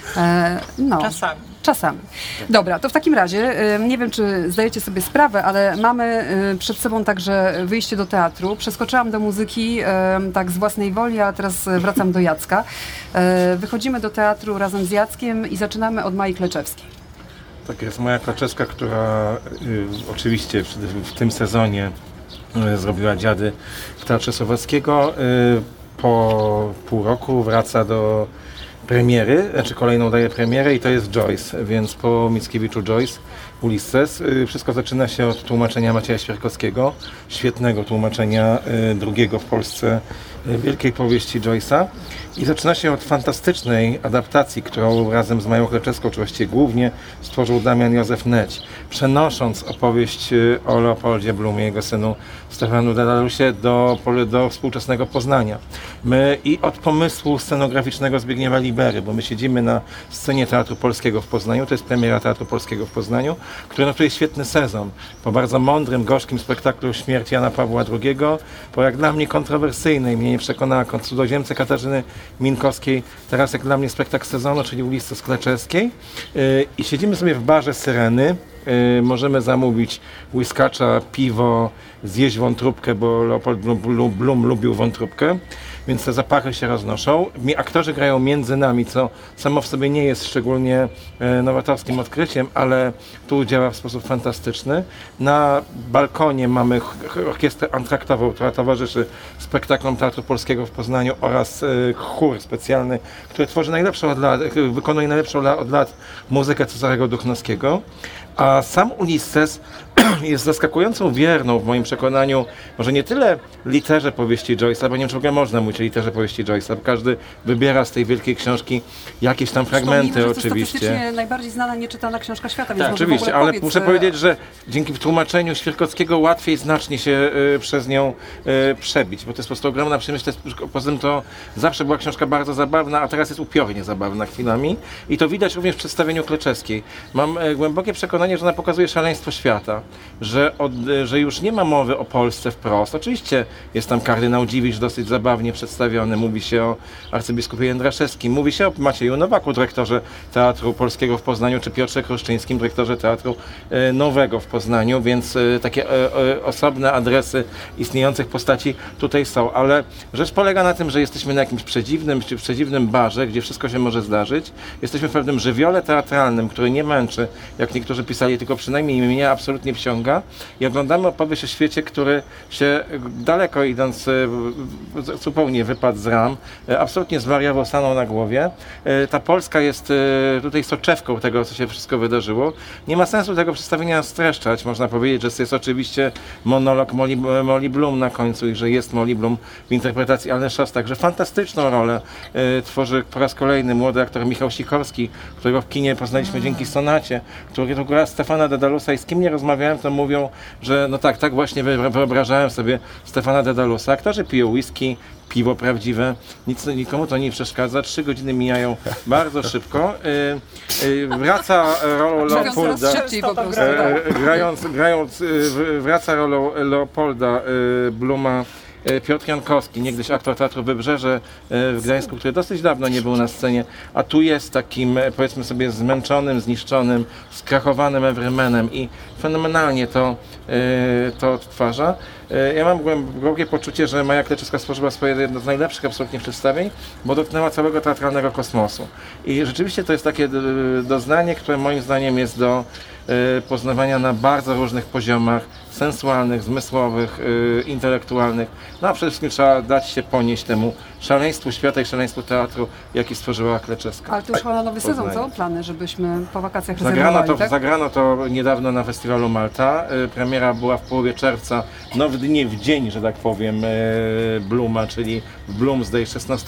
No, czasami. Czasami. Dobra, to w takim razie, nie wiem, czy zdajecie sobie sprawę, ale mamy przed sobą także wyjście do teatru. Przeskoczyłam do muzyki tak z własnej woli, a teraz wracam do Jacka. Wychodzimy do teatru razem z Jackiem i zaczynamy od Mai Kleczewskiej. Tak jest, Maja Kleczewska, która y, oczywiście w, w tym sezonie y, zrobiła Dziady w Teatrze Słowackiego. Y, po pół roku wraca do premiery, znaczy kolejną daje premierę i to jest Joyce, więc po Mickiewiczu Joyce, Ulysses. Wszystko zaczyna się od tłumaczenia Macieja Świerkowskiego, świetnego tłumaczenia drugiego w Polsce wielkiej powieści Joyce'a. I zaczyna się od fantastycznej adaptacji, którą razem z Mają Kleczewską, czy właściwie głównie, stworzył Damian Józef Neć, przenosząc opowieść o Leopoldzie Blumie, jego synu Stefanu Delarusie do, do współczesnego Poznania. My i od pomysłu scenograficznego Zbigniewa Libery, bo my siedzimy na scenie Teatru Polskiego w Poznaniu, to jest premiera Teatru Polskiego w Poznaniu, który notuje świetny sezon. Po bardzo mądrym, gorzkim spektaklu Śmierć Jana Pawła drugiego, po jak dla mnie kontrowersyjnej, mnie nie przekonała, Cudzoziemce Katarzyny Minkowskiej, teraz jak dla mnie spektakl sezonu, czyli Ulicy Skleczewskiej. Yy, I siedzimy sobie w barze Syreny. Yy, możemy zamówić whiskacza, piwo, zjeść wątróbkę, bo Leopold Blum, Blum, Blum lubił wątróbkę, więc te zapachy się roznoszą. Aktorzy grają między nami, co samo w sobie nie jest szczególnie e, nowatorskim odkryciem, ale tu działa w sposób fantastyczny. Na balkonie mamy orkiestrę antraktową, która towarzyszy spektaklom Teatru Polskiego w Poznaniu oraz e, chór specjalny, który tworzy najlepszą od lat, wykonuje najlepszą od lat muzykę Cezarego Duchnowskiego. A sam Ulysses jest zaskakującą wierną w moim przekonaniu, może nie tyle literze powieści Joyce'a, bo nie wiem, czy w ogóle można mówić o literze powieści Joyce'a, bo każdy wybiera z tej wielkiej książki jakieś tam fragmenty. Mimo, oczywiście. To jest najbardziej znana, nieczytana książka świata, więc tak, może oczywiście, w ogóle ale powiedz... muszę powiedzieć, że dzięki tłumaczeniu Świerkowskiego łatwiej znacznie się y, przez nią y, przebić, bo to jest po prostu ogromna przyjemność. To jest, poza tym to zawsze była książka bardzo zabawna, a teraz jest upiornie zabawna chwilami i to widać również w przedstawieniu Kleczewskiej. Mam y, głębokie przekonanie, że że ona pokazuje szaleństwo świata, że, od, że już nie ma mowy o Polsce wprost. Oczywiście jest tam kardynał Dziwisz dosyć zabawnie przedstawiony, mówi się o arcybiskupie Jędraszewskim, mówi się o Macieju Nowaku, dyrektorze Teatru Polskiego w Poznaniu, czy Piotrze Kruszczyńskim, dyrektorze Teatru e, Nowego w Poznaniu, więc e, takie e, e, osobne adresy istniejących postaci tutaj są, ale rzecz polega na tym, że jesteśmy na jakimś przedziwnym, czy przedziwnym barze, gdzie wszystko się może zdarzyć. Jesteśmy w pewnym żywiole teatralnym, który nie męczy, jak niektórzy pisali, tylko przynajmniej mnie absolutnie wciąga i oglądamy opowieść o świecie, który się daleko idąc zupełnie wypadł z ram, absolutnie zwariował, stanął na głowie. Ta Polska jest tutaj soczewką tego, co się wszystko wydarzyło. Nie ma sensu tego przedstawienia streszczać. Można powiedzieć, że to jest oczywiście monolog Molly, Molly Bloom na końcu i że jest Molly Bloom w interpretacji Anny Szost, także fantastyczną rolę tworzy po raz kolejny młody aktor Michał Sikorski, którego w kinie poznaliśmy mm. dzięki Sonacie, który tu gra Stefana Dedalusa i z kim nie rozmawiałem, to mówią, że no tak, tak właśnie wyobrażałem sobie Stefana Dedalusa. Aktorzy piją whisky, piwo prawdziwe, nic, nikomu to nie przeszkadza, trzy godziny mijają bardzo szybko. Yy, yy, wraca rolą Leopolda, yy, grając, grając yy, wraca rolą Leopolda yy, Bluma Piotr Jankowski, niegdyś aktor Teatru Wybrzeże w Gdańsku, który dosyć dawno nie był na scenie, a tu jest takim, powiedzmy sobie, zmęczonym, zniszczonym, skrachowanym everymanem i fenomenalnie to, to odtwarza. Ja mam głębokie poczucie, że Maja Kleczewska stworzyła swoje jedno z najlepszych absolutnie przedstawień, bo dotknęła całego teatralnego kosmosu. I rzeczywiście to jest takie doznanie, które moim zdaniem jest do poznawania na bardzo różnych poziomach, sensualnych, zmysłowych, intelektualnych. No a przede wszystkim trzeba dać się ponieść temu szaleństwu świata i szaleństwu teatru, jaki stworzyła Kleczewska. Ale to już chyba nowy sezon, co? Plany, żebyśmy po wakacjach zagrano rezerwowali, to, tak? Zagrano to niedawno na festiwalu Malta. Premiera była w połowie czerwca, no w dnie, w dzień, że tak powiem, Bluma, czyli w Bloomsday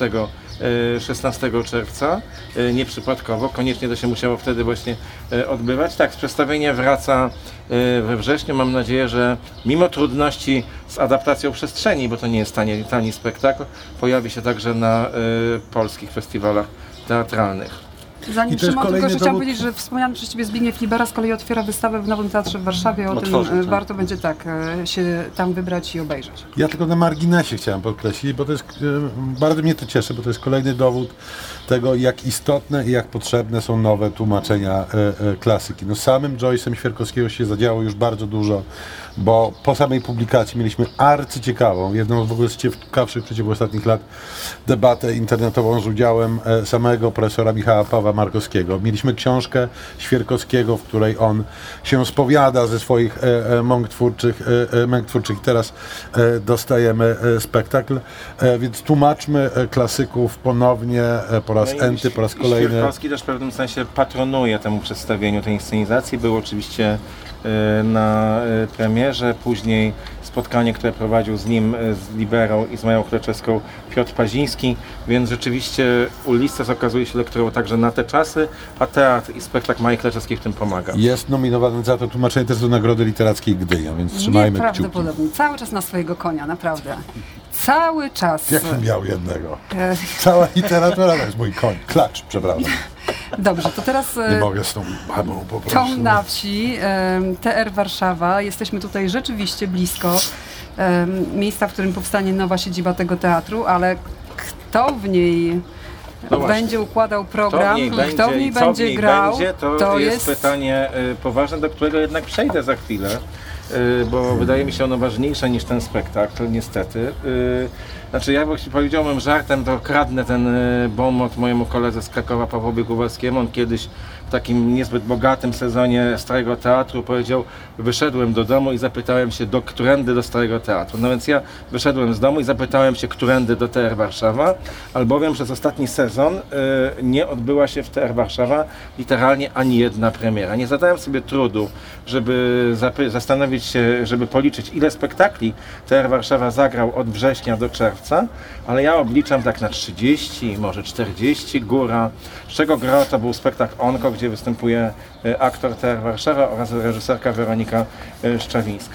szesnastego czerwca. Nieprzypadkowo, koniecznie to się musiało wtedy właśnie odbywać. Tak, przedstawienie wraca we wrześniu. Mam nadzieję, że mimo trudności z adaptacją przestrzeni, bo to nie jest tani, tani spektakl, pojawi się także na y, polskich festiwalach teatralnych. Zanim Szymon, tylko jeszcze chciałam powiedzieć, że wspomniany przez Ciebie Zbigniew Libera z kolei otwiera wystawę w Nowym Teatrze w Warszawie, o Otworzy, tym tak. warto będzie tak się tam wybrać i obejrzeć. Ja tylko na marginesie chciałem podkreślić, bo to jest, bardzo mnie to cieszy, bo to jest kolejny dowód tego, jak istotne i jak potrzebne są nowe tłumaczenia e, e, klasyki. No samym Joyce'em Świerkowskiego się zadziało już bardzo dużo, bo po samej publikacji mieliśmy arcyciekawą, jedną z w ogóle z ciekawszych w przeciągu ostatnich lat debatę internetową z udziałem e, samego profesora Michała Pawła Markowskiego. Mieliśmy książkę Świerkowskiego, w której on się spowiada ze swoich e, e, mąk twórczych, e, e, męk twórczych. Teraz e, dostajemy e, spektakl, e, więc tłumaczmy e, klasyków ponownie, e, po raz no enty, po raz kolejny. Świerkowski też w pewnym sensie patronuje temu przedstawieniu, tej inscenizacji. Był oczywiście e, na e, premierze, później spotkanie, które prowadził z nim, z Liberą i z Mają Kleczewską Piotr Paziński, więc rzeczywiście Ulisses okazuje się lekturą także na te czasy, a teatr i spektakl Maji Kleczewskiej w tym pomaga. Jest nominowany za to tłumaczenie też do Nagrody Literackiej Gdynia, więc trzymajmy kciuki. Nieprawdopodobnie. Cały czas na swojego konia, naprawdę. Cały czas. Jak miał jednego. Cała literatura to jest mój koń. Klacz, przepraszam. Dobrze, to teraz nie mogę z tą babą po prostu. Tom na wsi, T R Warszawa. Jesteśmy tutaj rzeczywiście blisko miejsca, w którym powstanie nowa siedziba tego teatru, ale kto w niej no będzie układał program, kto w niej kto w niej będzie, będzie grał, będzie, to, to jest, jest pytanie poważne, do którego jednak przejdę za chwilę, bo wydaje mi się ono ważniejsze niż ten spektakl, niestety. Znaczy ja powiedziałbym żartem, to kradnę ten bon od mojemu koledze z Krakowa, Pawłowi Kowalskiemu. On kiedyś w takim niezbyt bogatym sezonie Starego Teatru powiedział: wyszedłem do domu i zapytałem się, do którędy do Starego Teatru. No więc ja wyszedłem z domu i zapytałem się, którędy do T R Warszawa, albowiem przez ostatni sezon y, nie odbyła się w T R Warszawa literalnie ani jedna premiera. Nie zadałem sobie trudu, żeby zastanowić się, żeby policzyć, ile spektakli T R Warszawa zagrał od września do czerwca, ale ja obliczam tak na trzydzieści, może czterdzieści góra, z czego gro to był spektakl Onko, gdzie występuje aktor T R Warszawa oraz reżyserka Weronika Szczawińska.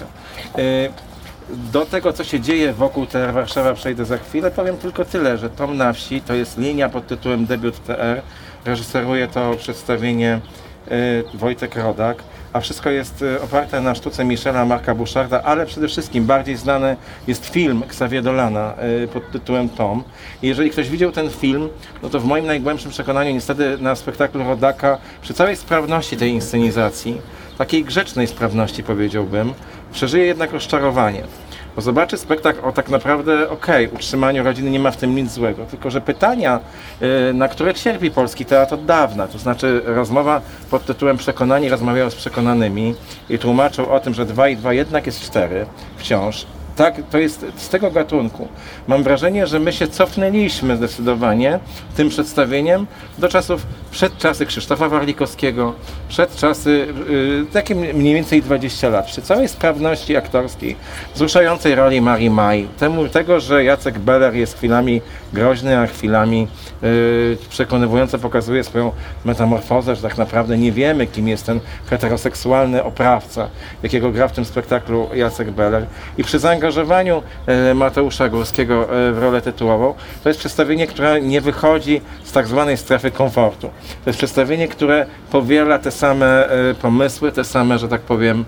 Do tego, co się dzieje wokół T R Warszawa, przejdę za chwilę. Powiem tylko tyle, że Tom na wsi to jest linia pod tytułem Debiut T R. Reżyseruje to przedstawienie Wojtek Rodak. a wszystko jest oparte na sztuce Michela Marca Boucharda, ale przede wszystkim bardziej znany jest film Xavier Dolana pod tytułem Tom. I jeżeli ktoś widział ten film, no to w moim najgłębszym przekonaniu niestety na spektaklu Rodaka, przy całej sprawności tej inscenizacji, takiej grzecznej sprawności powiedziałbym, przeżyje jednak rozczarowanie. Bo zobaczy spektakl o tak naprawdę, okej, okay, utrzymaniu rodziny nie ma w tym nic złego, tylko że pytania, na które cierpi polski teatr od dawna, to znaczy rozmowa pod tytułem Przekonani rozmawiają z przekonanymi i tłumaczą o tym, że dwa i dwa jednak jest cztery wciąż. Tak, to jest z tego gatunku. Mam wrażenie, że my się cofnęliśmy zdecydowanie tym przedstawieniem do czasów, przed czasy Krzysztofa Warlikowskiego, przed czasy, yy, takie mniej więcej dwadzieścia lat, przy całej sprawności aktorskiej, wzruszającej roli Marii Maj, temu, tego, że Jacek Beller jest chwilami groźny, a chwilami yy, przekonywująco pokazuje swoją metamorfozę, że tak naprawdę nie wiemy, kim jest ten heteroseksualny oprawca, jakiego gra w tym spektaklu Jacek Beller. I przy zaangażowaniu e, Mateusza Górskiego e, w rolę tytułową, to jest przedstawienie, które nie wychodzi z tak zwanej strefy komfortu. To jest przedstawienie, które powiela te same e, pomysły, te same, że tak powiem,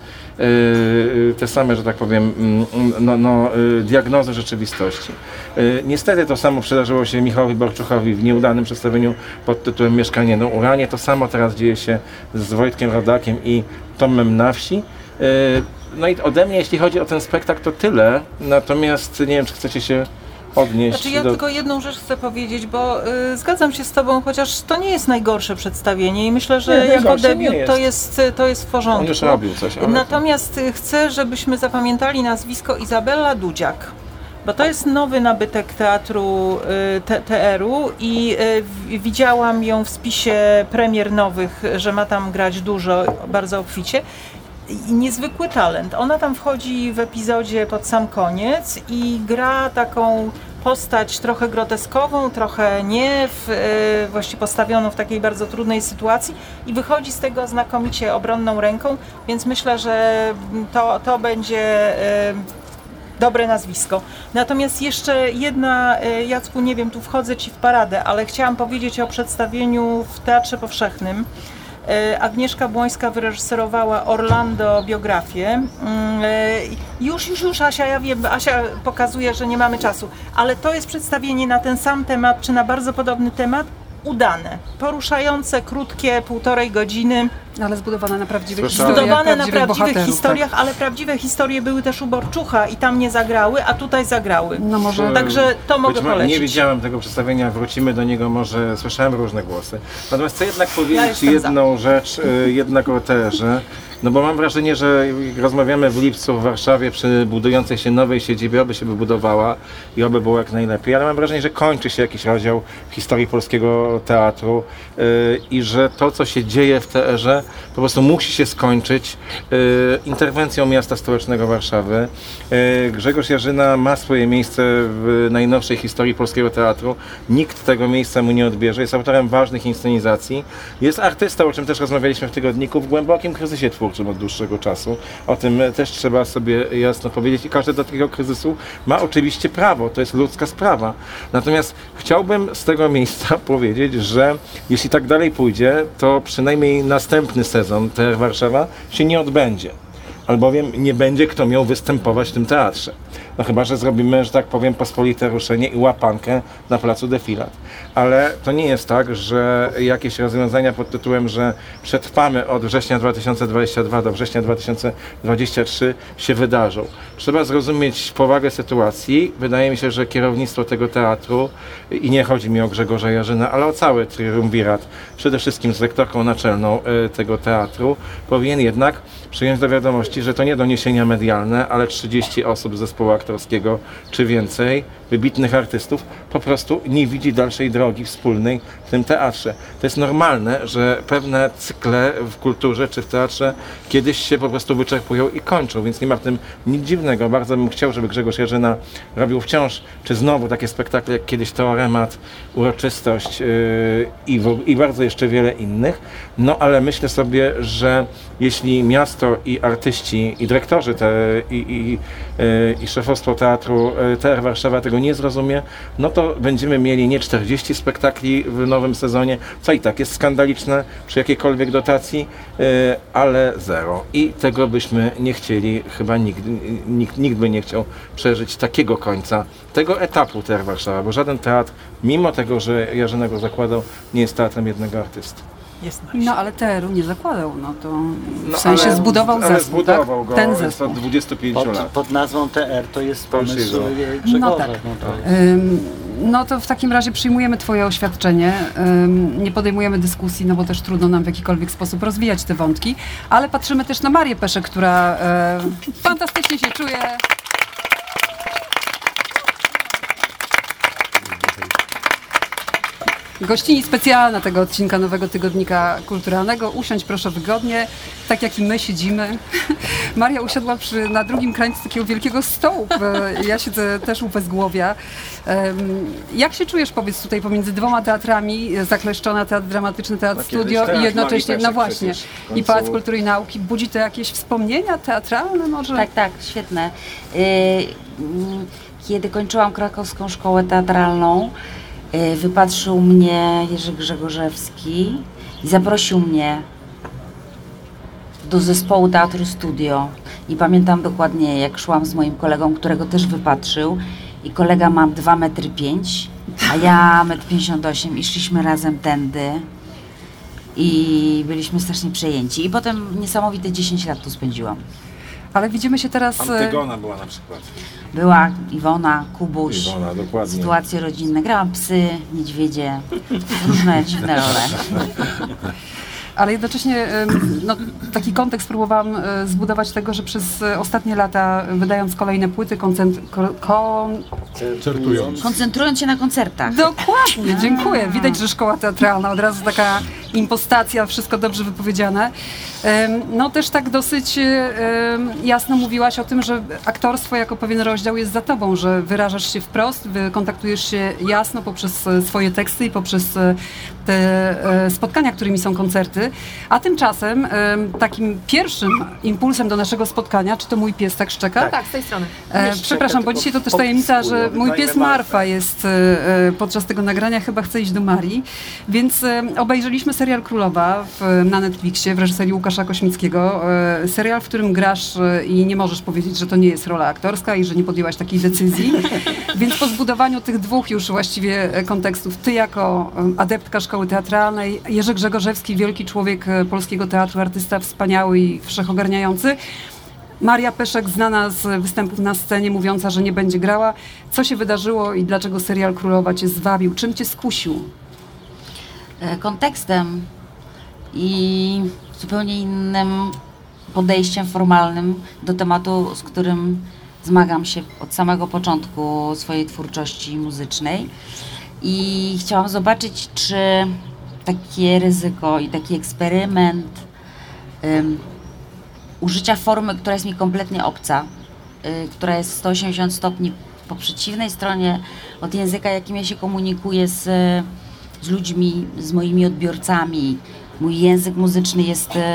e, te same, że tak powiem, no, no, e, diagnozy rzeczywistości. E, niestety to samo przydarzyło się Michałowi Borczuchowi w nieudanym przedstawieniu pod tytułem Mieszkanie na Uranie. To samo teraz dzieje się z Wojtkiem Rodakiem i Tomem na wsi. E, No i ode mnie, jeśli chodzi o ten spektakl, to tyle, natomiast nie wiem, czy chcecie się odnieść. Znaczy ja do... tylko jedną rzecz chcę powiedzieć, bo y, zgadzam się z Tobą, chociaż to nie jest najgorsze przedstawienie i myślę, że nie, jako debiut jest. to jest, to jest w porządku. On już robił coś. Ale... Natomiast chcę, żebyśmy zapamiętali nazwisko Izabella Dudziak, bo to jest nowy nabytek teatru y, te, T R-u i y, widziałam ją w spisie premier nowych, że ma tam grać dużo, bardzo obficie. I niezwykły talent. Ona tam wchodzi w epizodzie pod sam koniec i gra taką postać trochę groteskową, trochę nie, w, y, właściwie postawioną w takiej bardzo trudnej sytuacji i wychodzi z tego znakomicie obronną ręką, więc myślę, że to, to będzie y, dobre nazwisko. Natomiast jeszcze jedna, y, Jacku, nie wiem, tu wchodzę Ci w paradę, ale chciałam powiedzieć o przedstawieniu w Teatrze Powszechnym. Agnieszka Błońska wyreżyserowała Orlando biografię. Już, już, już, Asia, ja wiem, Asia pokazuje, że nie mamy czasu, ale to jest przedstawienie na ten sam temat, czy na bardzo podobny temat, udane, poruszające, krótkie, półtorej godziny. Ale zbudowane na prawdziwych Zbudowane historiach. na prawdziwych bohaterów, historiach, tak. Ale prawdziwe historie były też u Borczucha i tam nie zagrały, a tutaj zagrały. No może... Także to mogę polecić. Nie widziałem tego przedstawienia, wrócimy do niego, może słyszałem różne głosy. Natomiast chcę jednak powiedzieć ja jedną za. rzecz, jednak o teatrze. No bo mam wrażenie, że rozmawiamy w lipcu w Warszawie przy budującej się nowej siedzibie, oby się wybudowała i oby było jak najlepiej, ale mam wrażenie, że kończy się jakiś rozdział w historii polskiego teatru yy, i że to, co się dzieje w T R-ze, po prostu musi się skończyć yy, interwencją miasta stołecznego Warszawy. Yy, Grzegorz Jarzyna ma swoje miejsce w najnowszej historii polskiego teatru. Nikt tego miejsca mu nie odbierze. Jest autorem ważnych inscenizacji. Jest artystą, o czym też rozmawialiśmy w tygodniku, w głębokim kryzysie twórczym od dłuższego czasu. O tym też trzeba sobie jasno powiedzieć i każdy do takiego kryzysu ma oczywiście prawo, to jest ludzka sprawa. Natomiast chciałbym z tego miejsca powiedzieć, że jeśli tak dalej pójdzie, to przynajmniej następny sezon T R Warszawa się nie odbędzie. Albowiem nie będzie kto miał występować w tym teatrze. No chyba, że zrobimy, że tak powiem, pospolite ruszenie i łapankę na placu Defilat. Ale to nie jest tak, że jakieś rozwiązania pod tytułem, że przetrwamy od września dwa tysiące dwudziestego drugiego do września dwa tysiące dwudziestego trzeciego się wydarzą. Trzeba zrozumieć powagę sytuacji. Wydaje mi się, że kierownictwo tego teatru, i nie chodzi mi o Grzegorza Jarzyna, ale o cały triumvirat, przede wszystkim z rektorką naczelną tego teatru, powinien jednak przyjąć do wiadomości, że to nie doniesienia medialne, ale trzydzieści osób z zespołu aktorskiego czy więcej, wybitnych artystów, po prostu nie widzi dalszej drogi wspólnej w tym teatrze. To jest normalne, że pewne cykle w kulturze czy w teatrze kiedyś się po prostu wyczerpują i kończą, więc nie ma w tym nic dziwnego. Bardzo bym chciał, żeby Grzegorz Jarzyna robił wciąż, czy znowu takie spektakle jak kiedyś Teoremat, Uroczystość yy, i, w, i bardzo jeszcze wiele innych. No ale myślę sobie, że jeśli miasto i artyści, i dyrektorzy te, i, i, yy, i szefostwo teatru T R Warszawa tego nie zrozumie, no to będziemy mieli nie czterdzieści spektakli w nowym sezonie, co i tak jest skandaliczne przy jakiejkolwiek dotacji, ale zero. I tego byśmy nie chcieli, chyba nikt, nikt, nikt by nie chciał przeżyć takiego końca, tego etapu T R Warszawa, bo żaden teatr, mimo tego, że Jerzy go zakładał, nie jest teatrem jednego artysty. No ale T R u nie zakładał, no to w no, sensie ale, zbudował ale zespół, zbudował tak? go Ten zespół. od dwudziestu pięciu Pod, lat. pod nazwą T R to jest pomysł Grzegorza. No tak. No to, jest... Ym, no to w takim razie przyjmujemy Twoje oświadczenie, Ym, nie podejmujemy dyskusji, no bo też trudno nam w jakikolwiek sposób rozwijać te wątki, ale patrzymy też na Marię Peszek, która y, fantastycznie się czuje. Gościni specjalna tego odcinka Nowego Tygodnika Kulturalnego. Usiądź proszę wygodnie, tak jak i my siedzimy. Maria usiadła przy, na drugim krańcu takiego wielkiego stołu. Ja siedzę też u bezgłowia. Jak się czujesz, powiedz, tutaj pomiędzy dwoma teatrami, Zakleszczona, Teatr Dramatyczny, Teatr Studio i jednocześnie, no właśnie, i Pałac Kultury i Nauki. Budzi to jakieś wspomnienia teatralne może? Tak, tak, świetne. Kiedy kończyłam krakowską szkołę teatralną, wypatrzył mnie Jerzy Grzegorzewski i zaprosił mnie do zespołu Teatru Studio. I pamiętam dokładnie, jak szłam z moim kolegą, którego też wypatrzył. I kolega ma dwa metry pięć, a ja metr pięćdziesiąt osiem i szliśmy razem tędy. I byliśmy strasznie przejęci. I potem niesamowite dziesięć lat tu spędziłam. Ale widzimy się teraz... Antygona była na przykład. Była Iwona, Kubuś, Iwona, dokładnie. Sytuacje rodzinne. Grałam psy, niedźwiedzie, różne dziwne role. Ale jednocześnie no, taki kontekst próbowałam zbudować tego, że przez ostatnie lata, wydając kolejne płyty, koncentr- kon- Koncertując. Koncentrując się na koncertach. Dokładnie, dziękuję. Widać, że szkoła teatralna, od razu taka impostacja, wszystko dobrze wypowiedziane. No też tak dosyć jasno mówiłaś o tym, że aktorstwo jako pewien rozdział jest za tobą, że wyrażasz się wprost, kontaktujesz się jasno poprzez swoje teksty i poprzez te spotkania, którymi są koncerty. A tymczasem takim pierwszym impulsem do naszego spotkania, czy to mój pies tak szczeka? Tak, z tej strony. E, przepraszam, bo dzisiaj to też tajemnica, że mój pies Marfa jest e, podczas tego nagrania, chyba chce iść do Marii, więc e, obejrzeliśmy serial Królowa w, na Netflixie w reżyserii Łukasza Kośmickiego. E, serial, w którym grasz e, i nie możesz powiedzieć, że to nie jest rola aktorska i że nie podjęłaś takiej decyzji. Więc po zbudowaniu tych dwóch już właściwie kontekstów, ty jako adeptka szkoły teatralnej, Jerzy Grzegorzewski, wielki człowiek polskiego teatru, artysta wspaniały i wszechogarniający, Maria Peszek, znana z występów na scenie, mówiąca, że nie będzie grała. Co się wydarzyło i dlaczego serial Królowa cię zwabił? Czym cię skusił? Kontekstem i zupełnie innym podejściem formalnym do tematu, z którym zmagam się od samego początku swojej twórczości muzycznej. I chciałam zobaczyć, czy takie ryzyko i taki eksperyment um, użycia formy, która jest mi kompletnie obca, y, która jest sto osiemdziesiąt stopni po przeciwnej stronie od języka, jakim ja się komunikuję z, z ludźmi, z moimi odbiorcami. Mój język muzyczny jest y,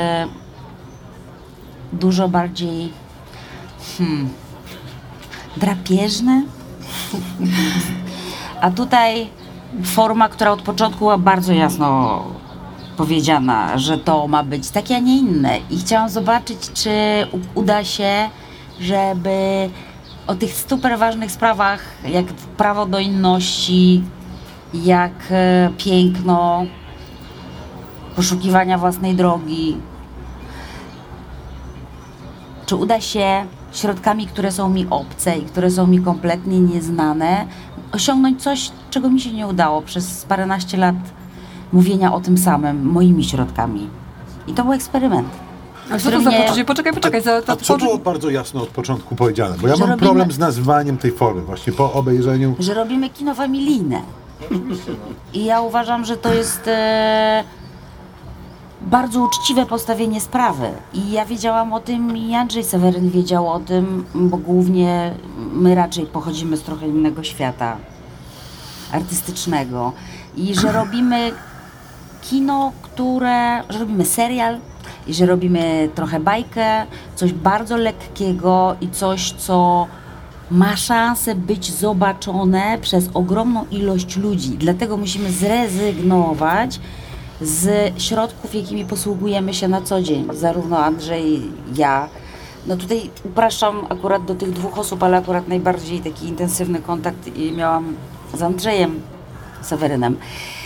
dużo bardziej hmm, drapieżny. A tutaj forma, która od początku była bardzo jasno powiedziana, że to ma być takie, a nie inne. I chciałam zobaczyć, czy uda się, żeby o tych super ważnych sprawach, jak prawo do inności, jak piękno, poszukiwania własnej drogi, czy uda się środkami, które są mi obce i które są mi kompletnie nieznane, osiągnąć coś, czego mi się nie udało przez paręnaście lat mówienia o tym samym, moimi środkami. I to był eksperyment. A co to za mnie... poczucie? Poczekaj, poczekaj. Za, to A co było bardzo jasno od początku powiedziane? Bo ja Że mam robimy... problem z nazwaniem tej formy właśnie po obejrzeniu. Że robimy kino familijne. I ja uważam, że to jest e, bardzo uczciwe postawienie sprawy. I ja wiedziałam o tym i Andrzej Seweryn wiedział o tym, bo głównie my raczej pochodzimy z trochę innego świata artystycznego. I że robimy kino, które, że robimy serial i że robimy trochę bajkę, coś bardzo lekkiego i coś, co ma szansę być zobaczone przez ogromną ilość ludzi. Dlatego musimy zrezygnować z środków, jakimi posługujemy się na co dzień. Zarówno Andrzej, ja. No tutaj upraszczam akurat do tych dwóch osób, ale akurat najbardziej taki intensywny kontakt miałam z Andrzejem Sewerynem.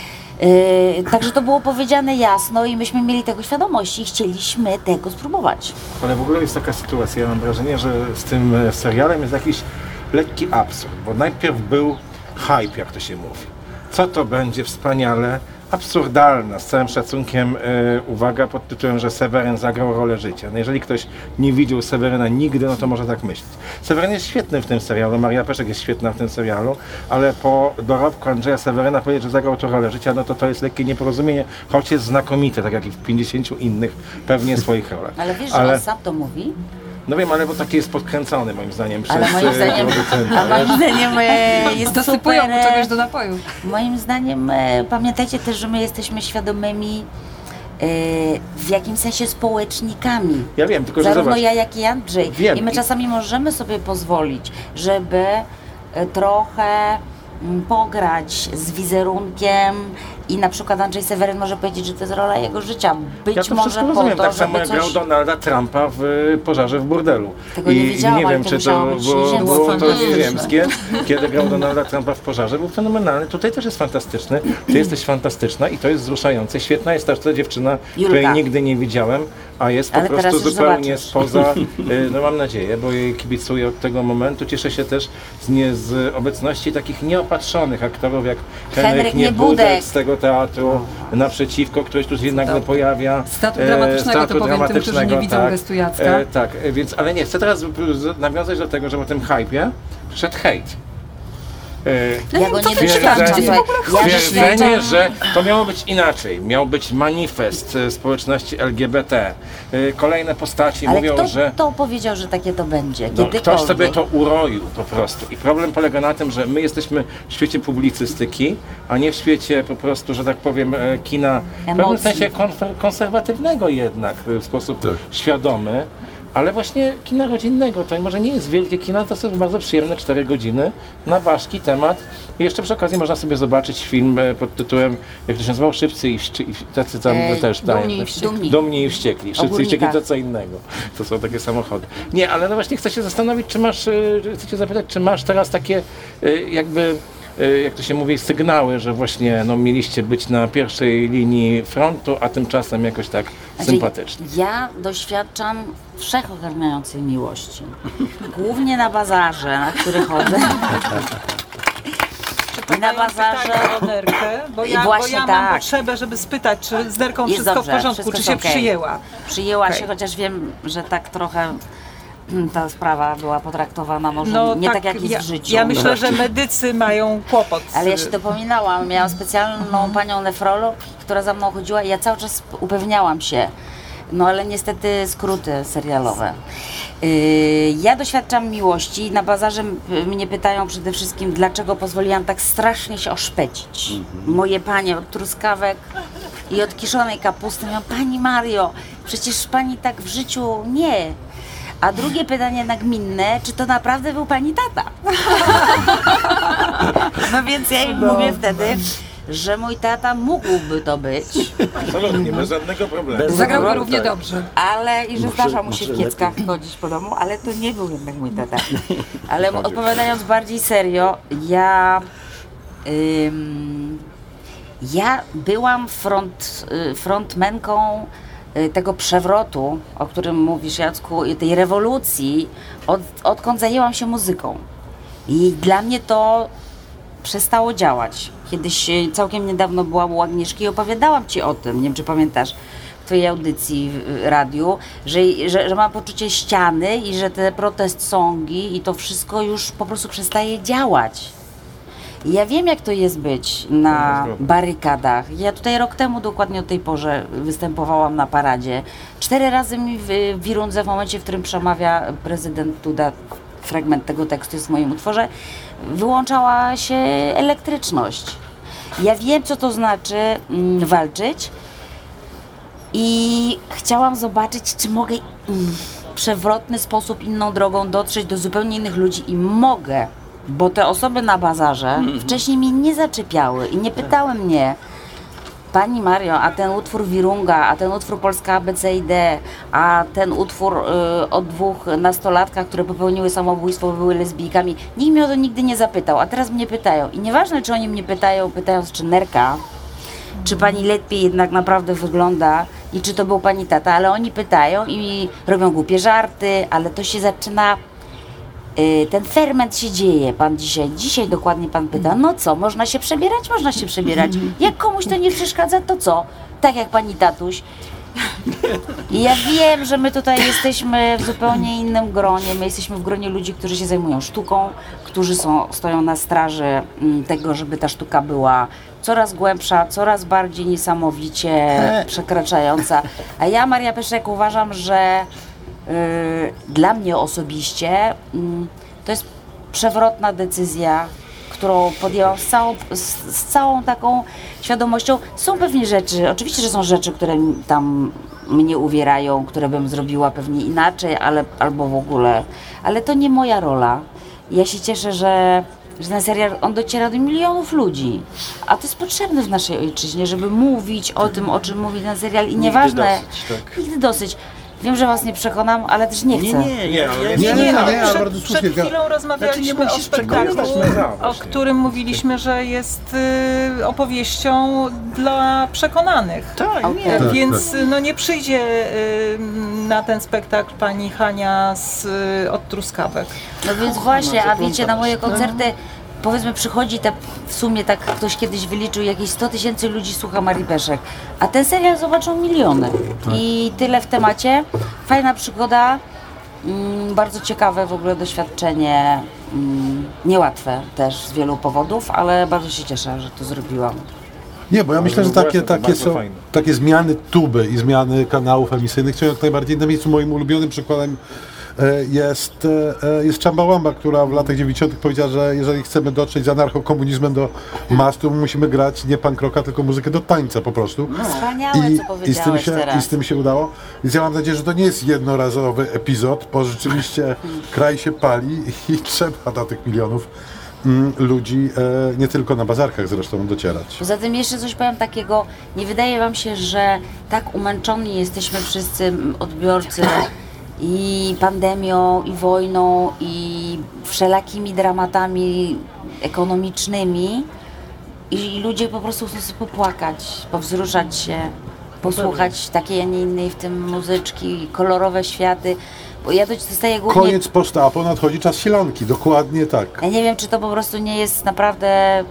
Yy, także to było powiedziane jasno i myśmy mieli tego świadomość i chcieliśmy tego spróbować. Ale w ogóle jest taka sytuacja, ja mam wrażenie, że z tym serialem jest jakiś lekki absurd, bo najpierw był hype, jak to się mówi. Co to będzie wspaniale, absurdalna, z całym szacunkiem, e, uwaga, pod tytułem, że Seweryn zagrał rolę życia. No jeżeli ktoś nie widział Seweryna nigdy, no to może tak myśleć. Seweryn jest świetny w tym serialu, Maria Peszek jest świetna w tym serialu, ale po dorobku Andrzeja Seweryna powiedzieć, że zagrał to rolę życia, no to to jest lekkie nieporozumienie, choć jest znakomite, tak jak i w pięćdziesięciu innych pewnie swoich rolach. Ale wiesz, ale... że on sam to mówi? No wiem, ale bo taki jest podkręcony moim zdaniem przez ale moim zdaniem, producenta. A moim zdaniem e, jest dosypują super. mu czegoś do napoju. Moim zdaniem e, pamiętajcie też, że my jesteśmy świadomymi e, w jakimś sensie społecznikami. Ja wiem, tylko że zarówno zobacz, ja, jak i Andrzej. wiem. I my czasami możemy sobie pozwolić, żeby e, trochę m, pograć z wizerunkiem i na przykład Andrzej Seweryn może powiedzieć, że to jest rola jego życia. Być ja to może wszystko po rozumiem, to, tak samo żeby jak coś... grał Donalda Trumpa w y, Pożarze w burdelu. Tego I nie widziałam, nie ale wiem, to czy musiało to być było, nieziemskie. było to Fantastyczne. nieziemskie, kiedy grał Donalda Trumpa w Pożarze. Był fenomenalny. Tutaj też jest fantastyczny. Ty jesteś fantastyczna i to jest wzruszające. Świetna jest też ta dziewczyna, Julka. której nigdy nie widziałem, a jest po Ale teraz prostu już zupełnie zobaczysz. spoza, y, no mam nadzieję, bo jej kibicuję od tego momentu. Cieszę się też z, nie, z obecności takich nieopatrzonych aktorów jak Henryk Henryk Niebudek. Niebudek z tego teatru naprzeciwko, który tu się nagle pojawia. Statu E, dramatycznego, statu to powiem tym, którzy nie dramatycznego, widzą tak. gestu Jacka. E, tak, e, więc, ale nie, chcę teraz z- nawiązać do tego, że po tym hypie przyszedł hejt. E, Ja go nie Twierdzenie- doświadczam. słuchaj. Ja Twierdzenie, doświadczam- że to miało być inaczej. Miał być manifest e, społeczności L G B T. E, Kolejne postaci Ale mówią, kto że to powiedział, że takie to będzie? no, Kiedykolwiek? ktoś sobie to uroił po prostu. I problem polega na tym, że my jesteśmy w świecie publicystyki, a nie w świecie po prostu, że tak powiem, e, kina w pewnym Emocji. sensie konfer- konserwatywnego jednak e, w sposób Tak. świadomy. Ale właśnie kina rodzinnego, to może nie jest wielkie kino, to są bardzo przyjemne cztery godziny na ważki temat. I jeszcze przy okazji można sobie zobaczyć film e, pod tytułem, jak to się nazywał, Szybcy i, Wści- i tacy tam E, też Dumni dają. i Wściekli. Dumni i Wściekli. Szybcy i Ogólnika. Wściekli to co innego. To są takie samochody. Nie, ale no właśnie chcę się zastanowić, czy masz, e, chcę cię zapytać, czy masz teraz takie e, jakby, e, jak to się mówi, sygnały, że właśnie no, mieliście być na pierwszej linii frontu, a tymczasem jakoś tak Znaczy, sympatycznie. Ja doświadczam wszechogarniającej miłości. Głównie na bazarze, na który chodzę. I na bazarze. Pytania o Nerkę, bo I ja, bo właśnie ja mam tak. potrzebę, żeby spytać, czy z Nerką Jest wszystko dobrze, w porządku, wszystko czy jest się okej. przyjęła. Przyjęła Okej. się, chociaż wiem, że tak trochę mm, ta sprawa była potraktowana może No nie tak, jak jest ja, w życiu. ja myślę, że medycy mają kłopot. z- Ale ja się dopominałam, miałam specjalną panią nefrolog, która za mną chodziła i ja cały czas upewniałam się, no ale niestety skróty serialowe. Yy, ja doświadczam miłości. Na bazarze m- mnie pytają przede wszystkim, dlaczego pozwoliłam tak strasznie się oszpecić. Moje panie od truskawek i od kiszonej kapusty mówią, pani Mario, przecież pani tak w życiu nie. A drugie pytanie nagminne, czy to naprawdę był pani tata? No więc ja im mówię wtedy, że mój tata mógłby to być, Absolutnie, bez żadnego problemu. Bez- Zagrał go Tak. równie dobrze. ale i że Może- zdarza mu się w może kieckach chodzić po domu, ale to nie był jednak mój tata. Ale odpowiadając bardziej serio, ja ym, ja byłam front, y, frontmenką y, tego przewrotu, o którym mówisz, Jacku, i tej rewolucji, od, odkąd zajęłam się muzyką. I dla mnie to przestało działać. Kiedyś e, całkiem niedawno byłam u Agnieszki i opowiadałam Ci o tym, nie wiem czy pamiętasz, w Twojej audycji w radiu, że, że, że mam poczucie ściany i że te protest songi i to wszystko już po prostu przestaje działać. I ja wiem, jak to jest być na barykadach. Ja tutaj rok temu dokładnie o tej porze występowałam na paradzie. Cztery razy mi w w Wirundze, w momencie, w którym przemawia prezydent Duda, fragment tego tekstu jest w moim utworze, wyłączała się elektryczność. Ja wiem, co to znaczy mm, walczyć i chciałam zobaczyć, czy mogę mm, przewrotny sposób, inną drogą dotrzeć do zupełnie innych ludzi i mogę, bo te osoby na bazarze mm. wcześniej mnie nie zaczepiały i nie pytały mnie: Pani Mario, a ten utwór Wirunga, a ten utwór Polska A B C i D, a ten utwór y, o dwóch nastolatkach, które popełniły samobójstwo, były lesbijkami. Nikt mnie o to nigdy nie zapytał, a teraz mnie pytają. I nieważne, czy oni mnie pytają, pytając czy nerka, czy pani lepiej jednak naprawdę wygląda i czy to był pani tata, ale oni pytają i robią głupie żarty, ale to się zaczyna... Ten ferment się dzieje, pan dzisiaj, dzisiaj dokładnie pan pyta, no co, można się przebierać? Można się przebierać. Jak komuś to nie przeszkadza, to co? Tak jak pani tatuś. I ja wiem, że my tutaj jesteśmy w zupełnie innym gronie, my jesteśmy w gronie ludzi, którzy się zajmują sztuką, którzy są, stoją na straży tego, żeby ta sztuka była coraz głębsza, coraz bardziej niesamowicie przekraczająca. A ja, Maria Peszek, uważam, że Yy, dla mnie osobiście yy, to jest przewrotna decyzja, którą podjęłam z całą, z, z całą taką świadomością. Są pewnie rzeczy, oczywiście, że są rzeczy, które tam mnie uwierają, które bym zrobiła pewnie inaczej, ale, albo w ogóle, ale to nie moja rola. Ja się cieszę, że, że ten serial, on dociera do milionów ludzi, a to jest potrzebne w naszej ojczyźnie, żeby mówić o tym, o czym mówi ten serial i nieważne, nigdy dosyć, tak. nigdy dosyć. Wiem, że was nie przekonam, ale też nie chcę. Nie, nie, nie, nie, nie, nie, nie ale bardzo słusznie. Przed chwilą rozmawialiśmy znaczy, o spektaklu, o którym mówiliśmy, że jest y, opowieścią dla przekonanych. Tak, okay. nie. Więc no, nie przyjdzie y, na ten spektakl pani Hania z, y, od Truskawek. No więc właśnie, a wiecie, na moje koncerty powiedzmy przychodzi te, w sumie tak ktoś kiedyś wyliczył, jakieś sto tysięcy ludzi słucha Marii Peszek, a ten serial zobaczą miliony. Tak. I tyle w temacie. Fajna przygoda, mm, bardzo ciekawe w ogóle doświadczenie, mm, niełatwe też z wielu powodów, ale bardzo się cieszę, że to zrobiłam. Nie, bo ja myślę, że takie, takie są takie zmiany tuby i zmiany kanałów emisyjnych są jak najbardziej na miejscu. Moim ulubionym przykładem jest, jest Chumbawamba, która w latach dziewięćdziesiątych powiedziała, że jeżeli chcemy dotrzeć z anarchokomunizmem do mas, to musimy grać nie punk rocka, tylko muzykę do tańca po prostu. No, wspaniałe, I, co powiedziałeś i z tym się, teraz. I z tym się udało. Więc ja mam nadzieję, że to nie jest jednorazowy epizod, bo rzeczywiście kraj się pali i trzeba do tych milionów mm, ludzi, e, nie tylko na bazarkach zresztą, docierać. Poza tym jeszcze coś powiem takiego, nie wydaje wam się, że tak umęczeni jesteśmy wszyscy odbiorcy i pandemią, i wojną, i wszelakimi dramatami ekonomicznymi i ludzie po prostu chcą sobie popłakać, powzruszać się, posłuchać takiej, a nie innej w tym muzyczki, kolorowe światy. Bo ja dostaję głównie... Koniec post-apo, nadchodzi czas silanki, dokładnie tak. Ja nie wiem, czy to po prostu nie jest naprawdę,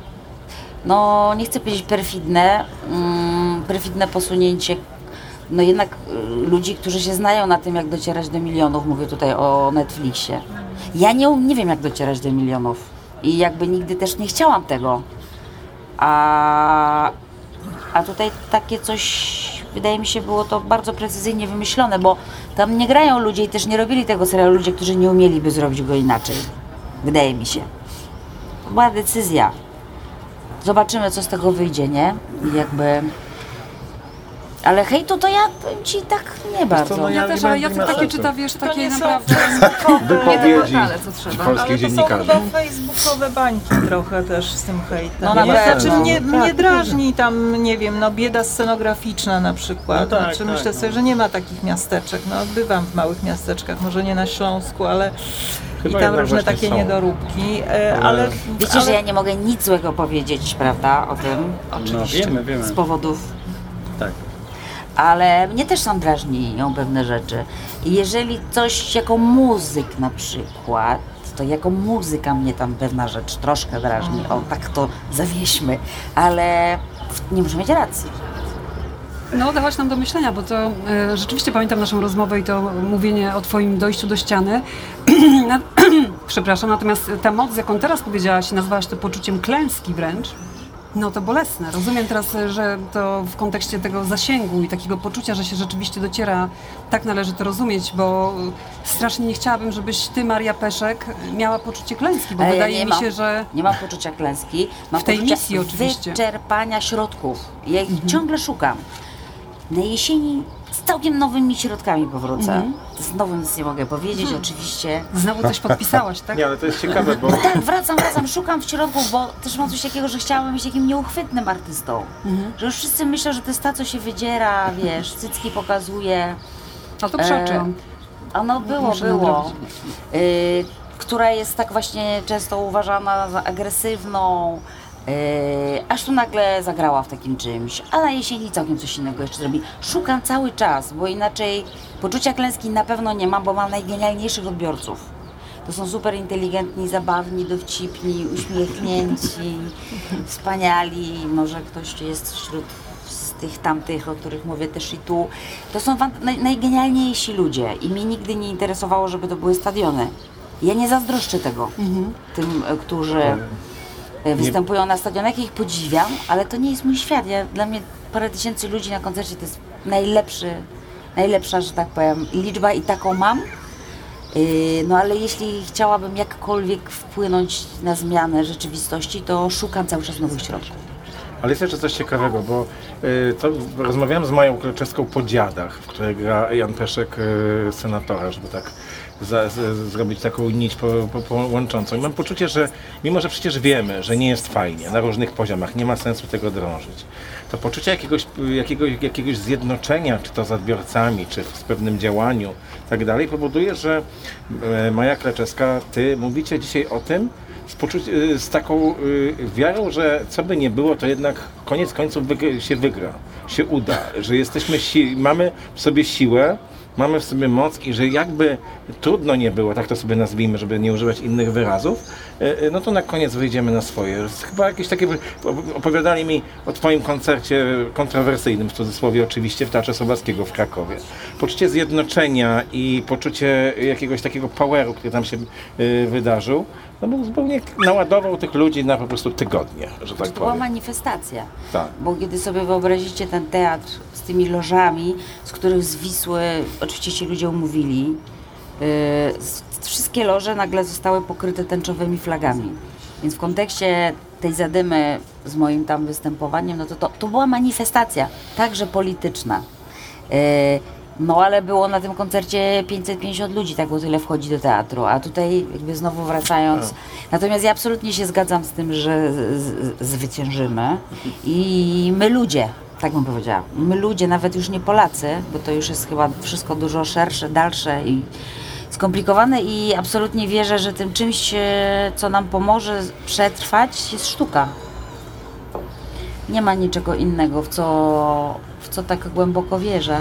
no nie chcę powiedzieć perfidne, mm, perfidne posunięcie no jednak ludzi, którzy się znają na tym, jak docierać do milionów, mówię tutaj o Netflixie. Ja nie, nie wiem, jak docierać do milionów i jakby nigdy też nie chciałam tego. A, a tutaj takie coś, wydaje mi się, było to bardzo precyzyjnie wymyślone, bo tam nie grają ludzie i też nie robili tego serialu ludzie, którzy nie umieliby zrobić go inaczej. Wydaje mi się. To była decyzja. Zobaczymy, co z tego wyjdzie, nie? I jakby... Ale hejtu to ja ci tak nie bardzo. Co, no ja, ja też, ale ja to takie czyta, wiesz, takie naprawdę wypowiedzi co trzeba. polskich dziennikarzy. Ale to są chyba facebookowe bańki trochę też z tym hejtem. No na znaczy no, mnie, tak, mnie drażni tam, nie wiem, no bieda scenograficzna na przykład. No tak, znaczy tak, myślę sobie, no. że nie ma takich miasteczek. No bywam w małych miasteczkach, może nie na Śląsku, ale chyba i tam różne takie są. niedoróbki. Ale, ale wiecie, ale... że ja nie mogę nic złego powiedzieć, prawda, o tym? Oczywiście. No, wiemy, wiemy. Z powodów. Tak. Ale mnie też tam drażnią pewne rzeczy. I jeżeli coś jako muzyk na przykład, to jako muzyka mnie tam pewna rzecz troszkę drażni. O, tak to zawieźmy. Ale nie muszę mieć racji. No, dałaś nam do myślenia, bo to e, rzeczywiście pamiętam naszą rozmowę i to mówienie o twoim dojściu do ściany. Przepraszam, natomiast ta moc, jaką teraz powiedziałaś, nazwałaś to poczuciem klęski wręcz. No to bolesne. Rozumiem teraz, że to w kontekście tego zasięgu i takiego poczucia, że się rzeczywiście dociera, tak należy to rozumieć, bo strasznie nie chciałabym, żebyś ty, Maria Peszek, miała poczucie klęski, bo Ale wydaje ja mi mam, się, że... Nie mam poczucia klęski, mam w tej poczucie misji oczywiście. wyczerpania środków. Ja ich mhm. ciągle szukam. Na jesieni z całkiem nowymi środkami powrócę. Mhm. Z nowym nic nie mogę powiedzieć, Mhm. oczywiście. Znowu coś podpisałaś, tak? Nie, ale to jest ciekawe, bo... Tak, wracam, wracam, szukam w środku, bo też mam coś takiego, że chciałabym być takim nieuchwytnym artystą. Mhm. Że już wszyscy myślą, że to jest ta, co się wydziera, wiesz, cycki pokazuje. No to przeoczyłam. E, a no było, Muszę było. Y, która jest tak właśnie często uważana za agresywną, y, aż tu nagle zagrała w takim czymś, a na jesieni całkiem coś innego jeszcze zrobi. Szukam cały czas, bo inaczej poczucia klęski na pewno nie mam, bo mam najgenialniejszych odbiorców. To są super inteligentni, zabawni, dowcipni, uśmiechnięci, wspaniali. Może ktoś jest wśród z tych tamtych, o których mówię też i tu. To są naj, najgenialniejsi ludzie i mnie nigdy nie interesowało, żeby to były stadiony. Ja nie zazdroszczę tego mhm. tym, którzy występują na stadionach. Ja ich podziwiam, ale to nie jest mój świat. Ja, dla mnie parę tysięcy ludzi na koncercie to jest najlepszy, najlepsza, że tak powiem, liczba i taką mam. No ale jeśli chciałabym jakkolwiek wpłynąć na zmianę rzeczywistości, to szukam cały czas nowych środków. Ale jest jeszcze coś ciekawego, bo y, to rozmawiałem z Mają Kleczewską po Dziadach, w której gra Jan Peszek, y, senatora, żeby tak za, z, zrobić taką nić po, po, połączącą. I mam poczucie, że mimo, że przecież wiemy, że nie jest fajnie na różnych poziomach, nie ma sensu tego drążyć, to poczucie jakiegoś, jakiegoś, jakiegoś zjednoczenia, czy to z odbiorcami, czy w pewnym działaniu i tak dalej, powoduje, że y, Maja Kleczewska, ty mówicie dzisiaj o tym, Z, poczuci- z taką y, wiarą, że co by nie było, to jednak koniec końców wyg- się wygra, się uda, że jesteśmy si- mamy w sobie siłę, mamy w sobie moc i że jakby trudno nie było, tak to sobie nazwijmy, żeby nie używać innych wyrazów, y, y, no to na koniec wyjdziemy na swoje. Chyba jakieś takie, opowiadali mi o twoim koncercie kontrowersyjnym, w cudzysłowie oczywiście, w Teatrze Sobackiego w Krakowie. Poczucie zjednoczenia i poczucie jakiegoś takiego poweru, który tam się y, wydarzył, no bo zupełnie naładował tych ludzi na po prostu tygodnie, że tak To była powiem. manifestacja, Tak. bo kiedy sobie wyobrazicie ten teatr z tymi lożami, z których z Wisły oczywiście ci ludzie umówili, yy, wszystkie loże nagle zostały pokryte tęczowymi flagami. Więc w kontekście tej zadymy z moim tam występowaniem, no to to, to była manifestacja, także polityczna. Yy, No ale było na tym koncercie pięćset pięćdziesiąt ludzi, tak, bo tyle wchodzi do teatru, a tutaj jakby znowu wracając. Natomiast ja absolutnie się zgadzam z tym, że z, z, zwyciężymy i my ludzie, tak bym powiedziała, my ludzie, nawet już nie Polacy, bo to już jest chyba wszystko dużo szersze, dalsze i skomplikowane i absolutnie wierzę, że tym czymś, co nam pomoże przetrwać, jest sztuka. Nie ma niczego innego, w co, w co tak głęboko wierzę.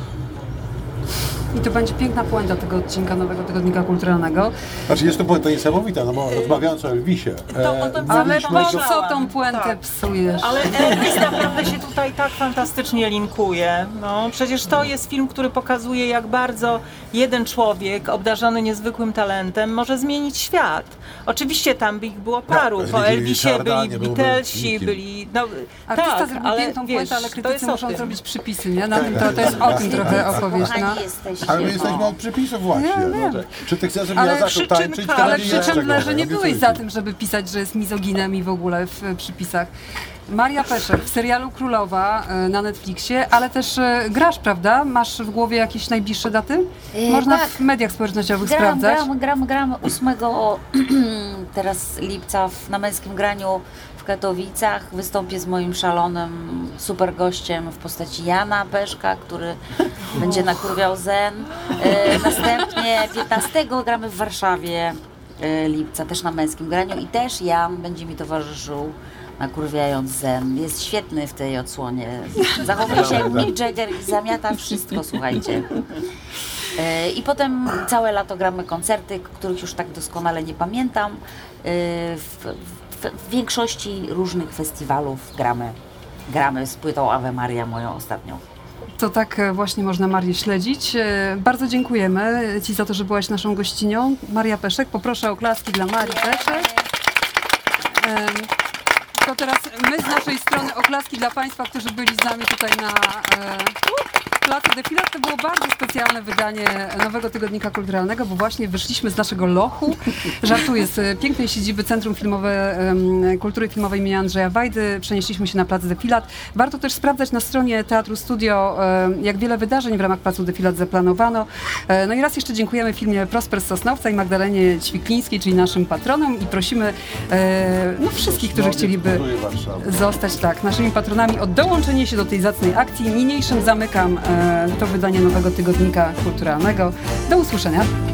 I to będzie piękna puenta tego odcinka Nowego Tygodnika Kulturalnego. Znaczy jest to puenta niesamowita, no bo rozmawiając o Elvisie. To o tym Ale zamyślałam. po co tą puentę Tak. psujesz? Ale Elvis naprawdę się tutaj tak fantastycznie linkuje. No, przecież to jest film, który pokazuje, jak bardzo jeden człowiek obdarzony niezwykłym talentem może zmienić świat. Oczywiście tam ich było paru. No, Po byli Elvisie Richarda, byli nie byłby Beatlesi, nikim. byli... No, Artysta tak, zrobił ale piękną wiesz, puentę, ale to krytycy jest o muszą tym. zrobić przypisy, nie? Na tym to, to jest o tym trochę opowieść, no. Kochani jesteście. Ale my jesteśmy od przepisów właśnie. Ja No, wiem. tak. Czy ty chcesz, żebym Ale ja zaczął przyczynka, tańczyć, to Ale będzie przy jeszcze czym gorzej, że nie obiecuję byłeś ci. za tym, żeby pisać, że jest mizoginem i w ogóle w e, przypisach. Maria Peszek w serialu Królowa e, na Netflixie, ale też e, grasz, prawda? Masz w głowie jakieś najbliższe daty? E, Można tak. w mediach społecznościowych Gram, sprawdzać. gram, gram, gram ósmego teraz lipca w, na męskim graniu w Katowicach. Wystąpię z moim szalonym super gościem w postaci Jana Peszka, który będzie nakurwiał zen. E, następnie piętnastego gramy w Warszawie e, lipca, też na męskim graniu i też Jan będzie mi towarzyszył, nakurwiając zen. Jest świetny w tej odsłonie. Zachowuje się jak Mick Jagger i zamiata wszystko, słuchajcie. E, I potem całe lato gramy koncerty, których już tak doskonale nie pamiętam. E, W, w, w większości różnych festiwalów gramy. Gramy z płytą Ave Maria, moją ostatnią. To tak e, właśnie można Marię śledzić. E, Bardzo dziękujemy Ci za to, że byłaś naszą gościnią. Maria Peszek, poproszę o klaski dla Marii Peszek. E, To teraz my z naszej strony oklaski dla Państwa, którzy byli z nami tutaj na e, placu Defilat to było bardzo specjalne wydanie nowego tygodnika kulturalnego, bo właśnie wyszliśmy z naszego lochu. Żartuję, z pięknej siedziby Centrum Filmowe, Kultury Filmowej imienia Andrzeja Wajdy przenieśliśmy się na plac Defilat. Warto też sprawdzać na stronie Teatru Studio, jak wiele wydarzeń w ramach placu Defilat zaplanowano. No i raz jeszcze dziękujemy filmie Prosper z Sosnowca i Magdalenie Ćwiklińskiej, czyli naszym patronom, i prosimy no, wszystkich, którzy chcieliby zostać tak, naszymi patronami, o dołączenie się do tej zacnej akcji. Niniejszym zamykam to wydanie nowego tygodnika kulturalnego. Do usłyszenia.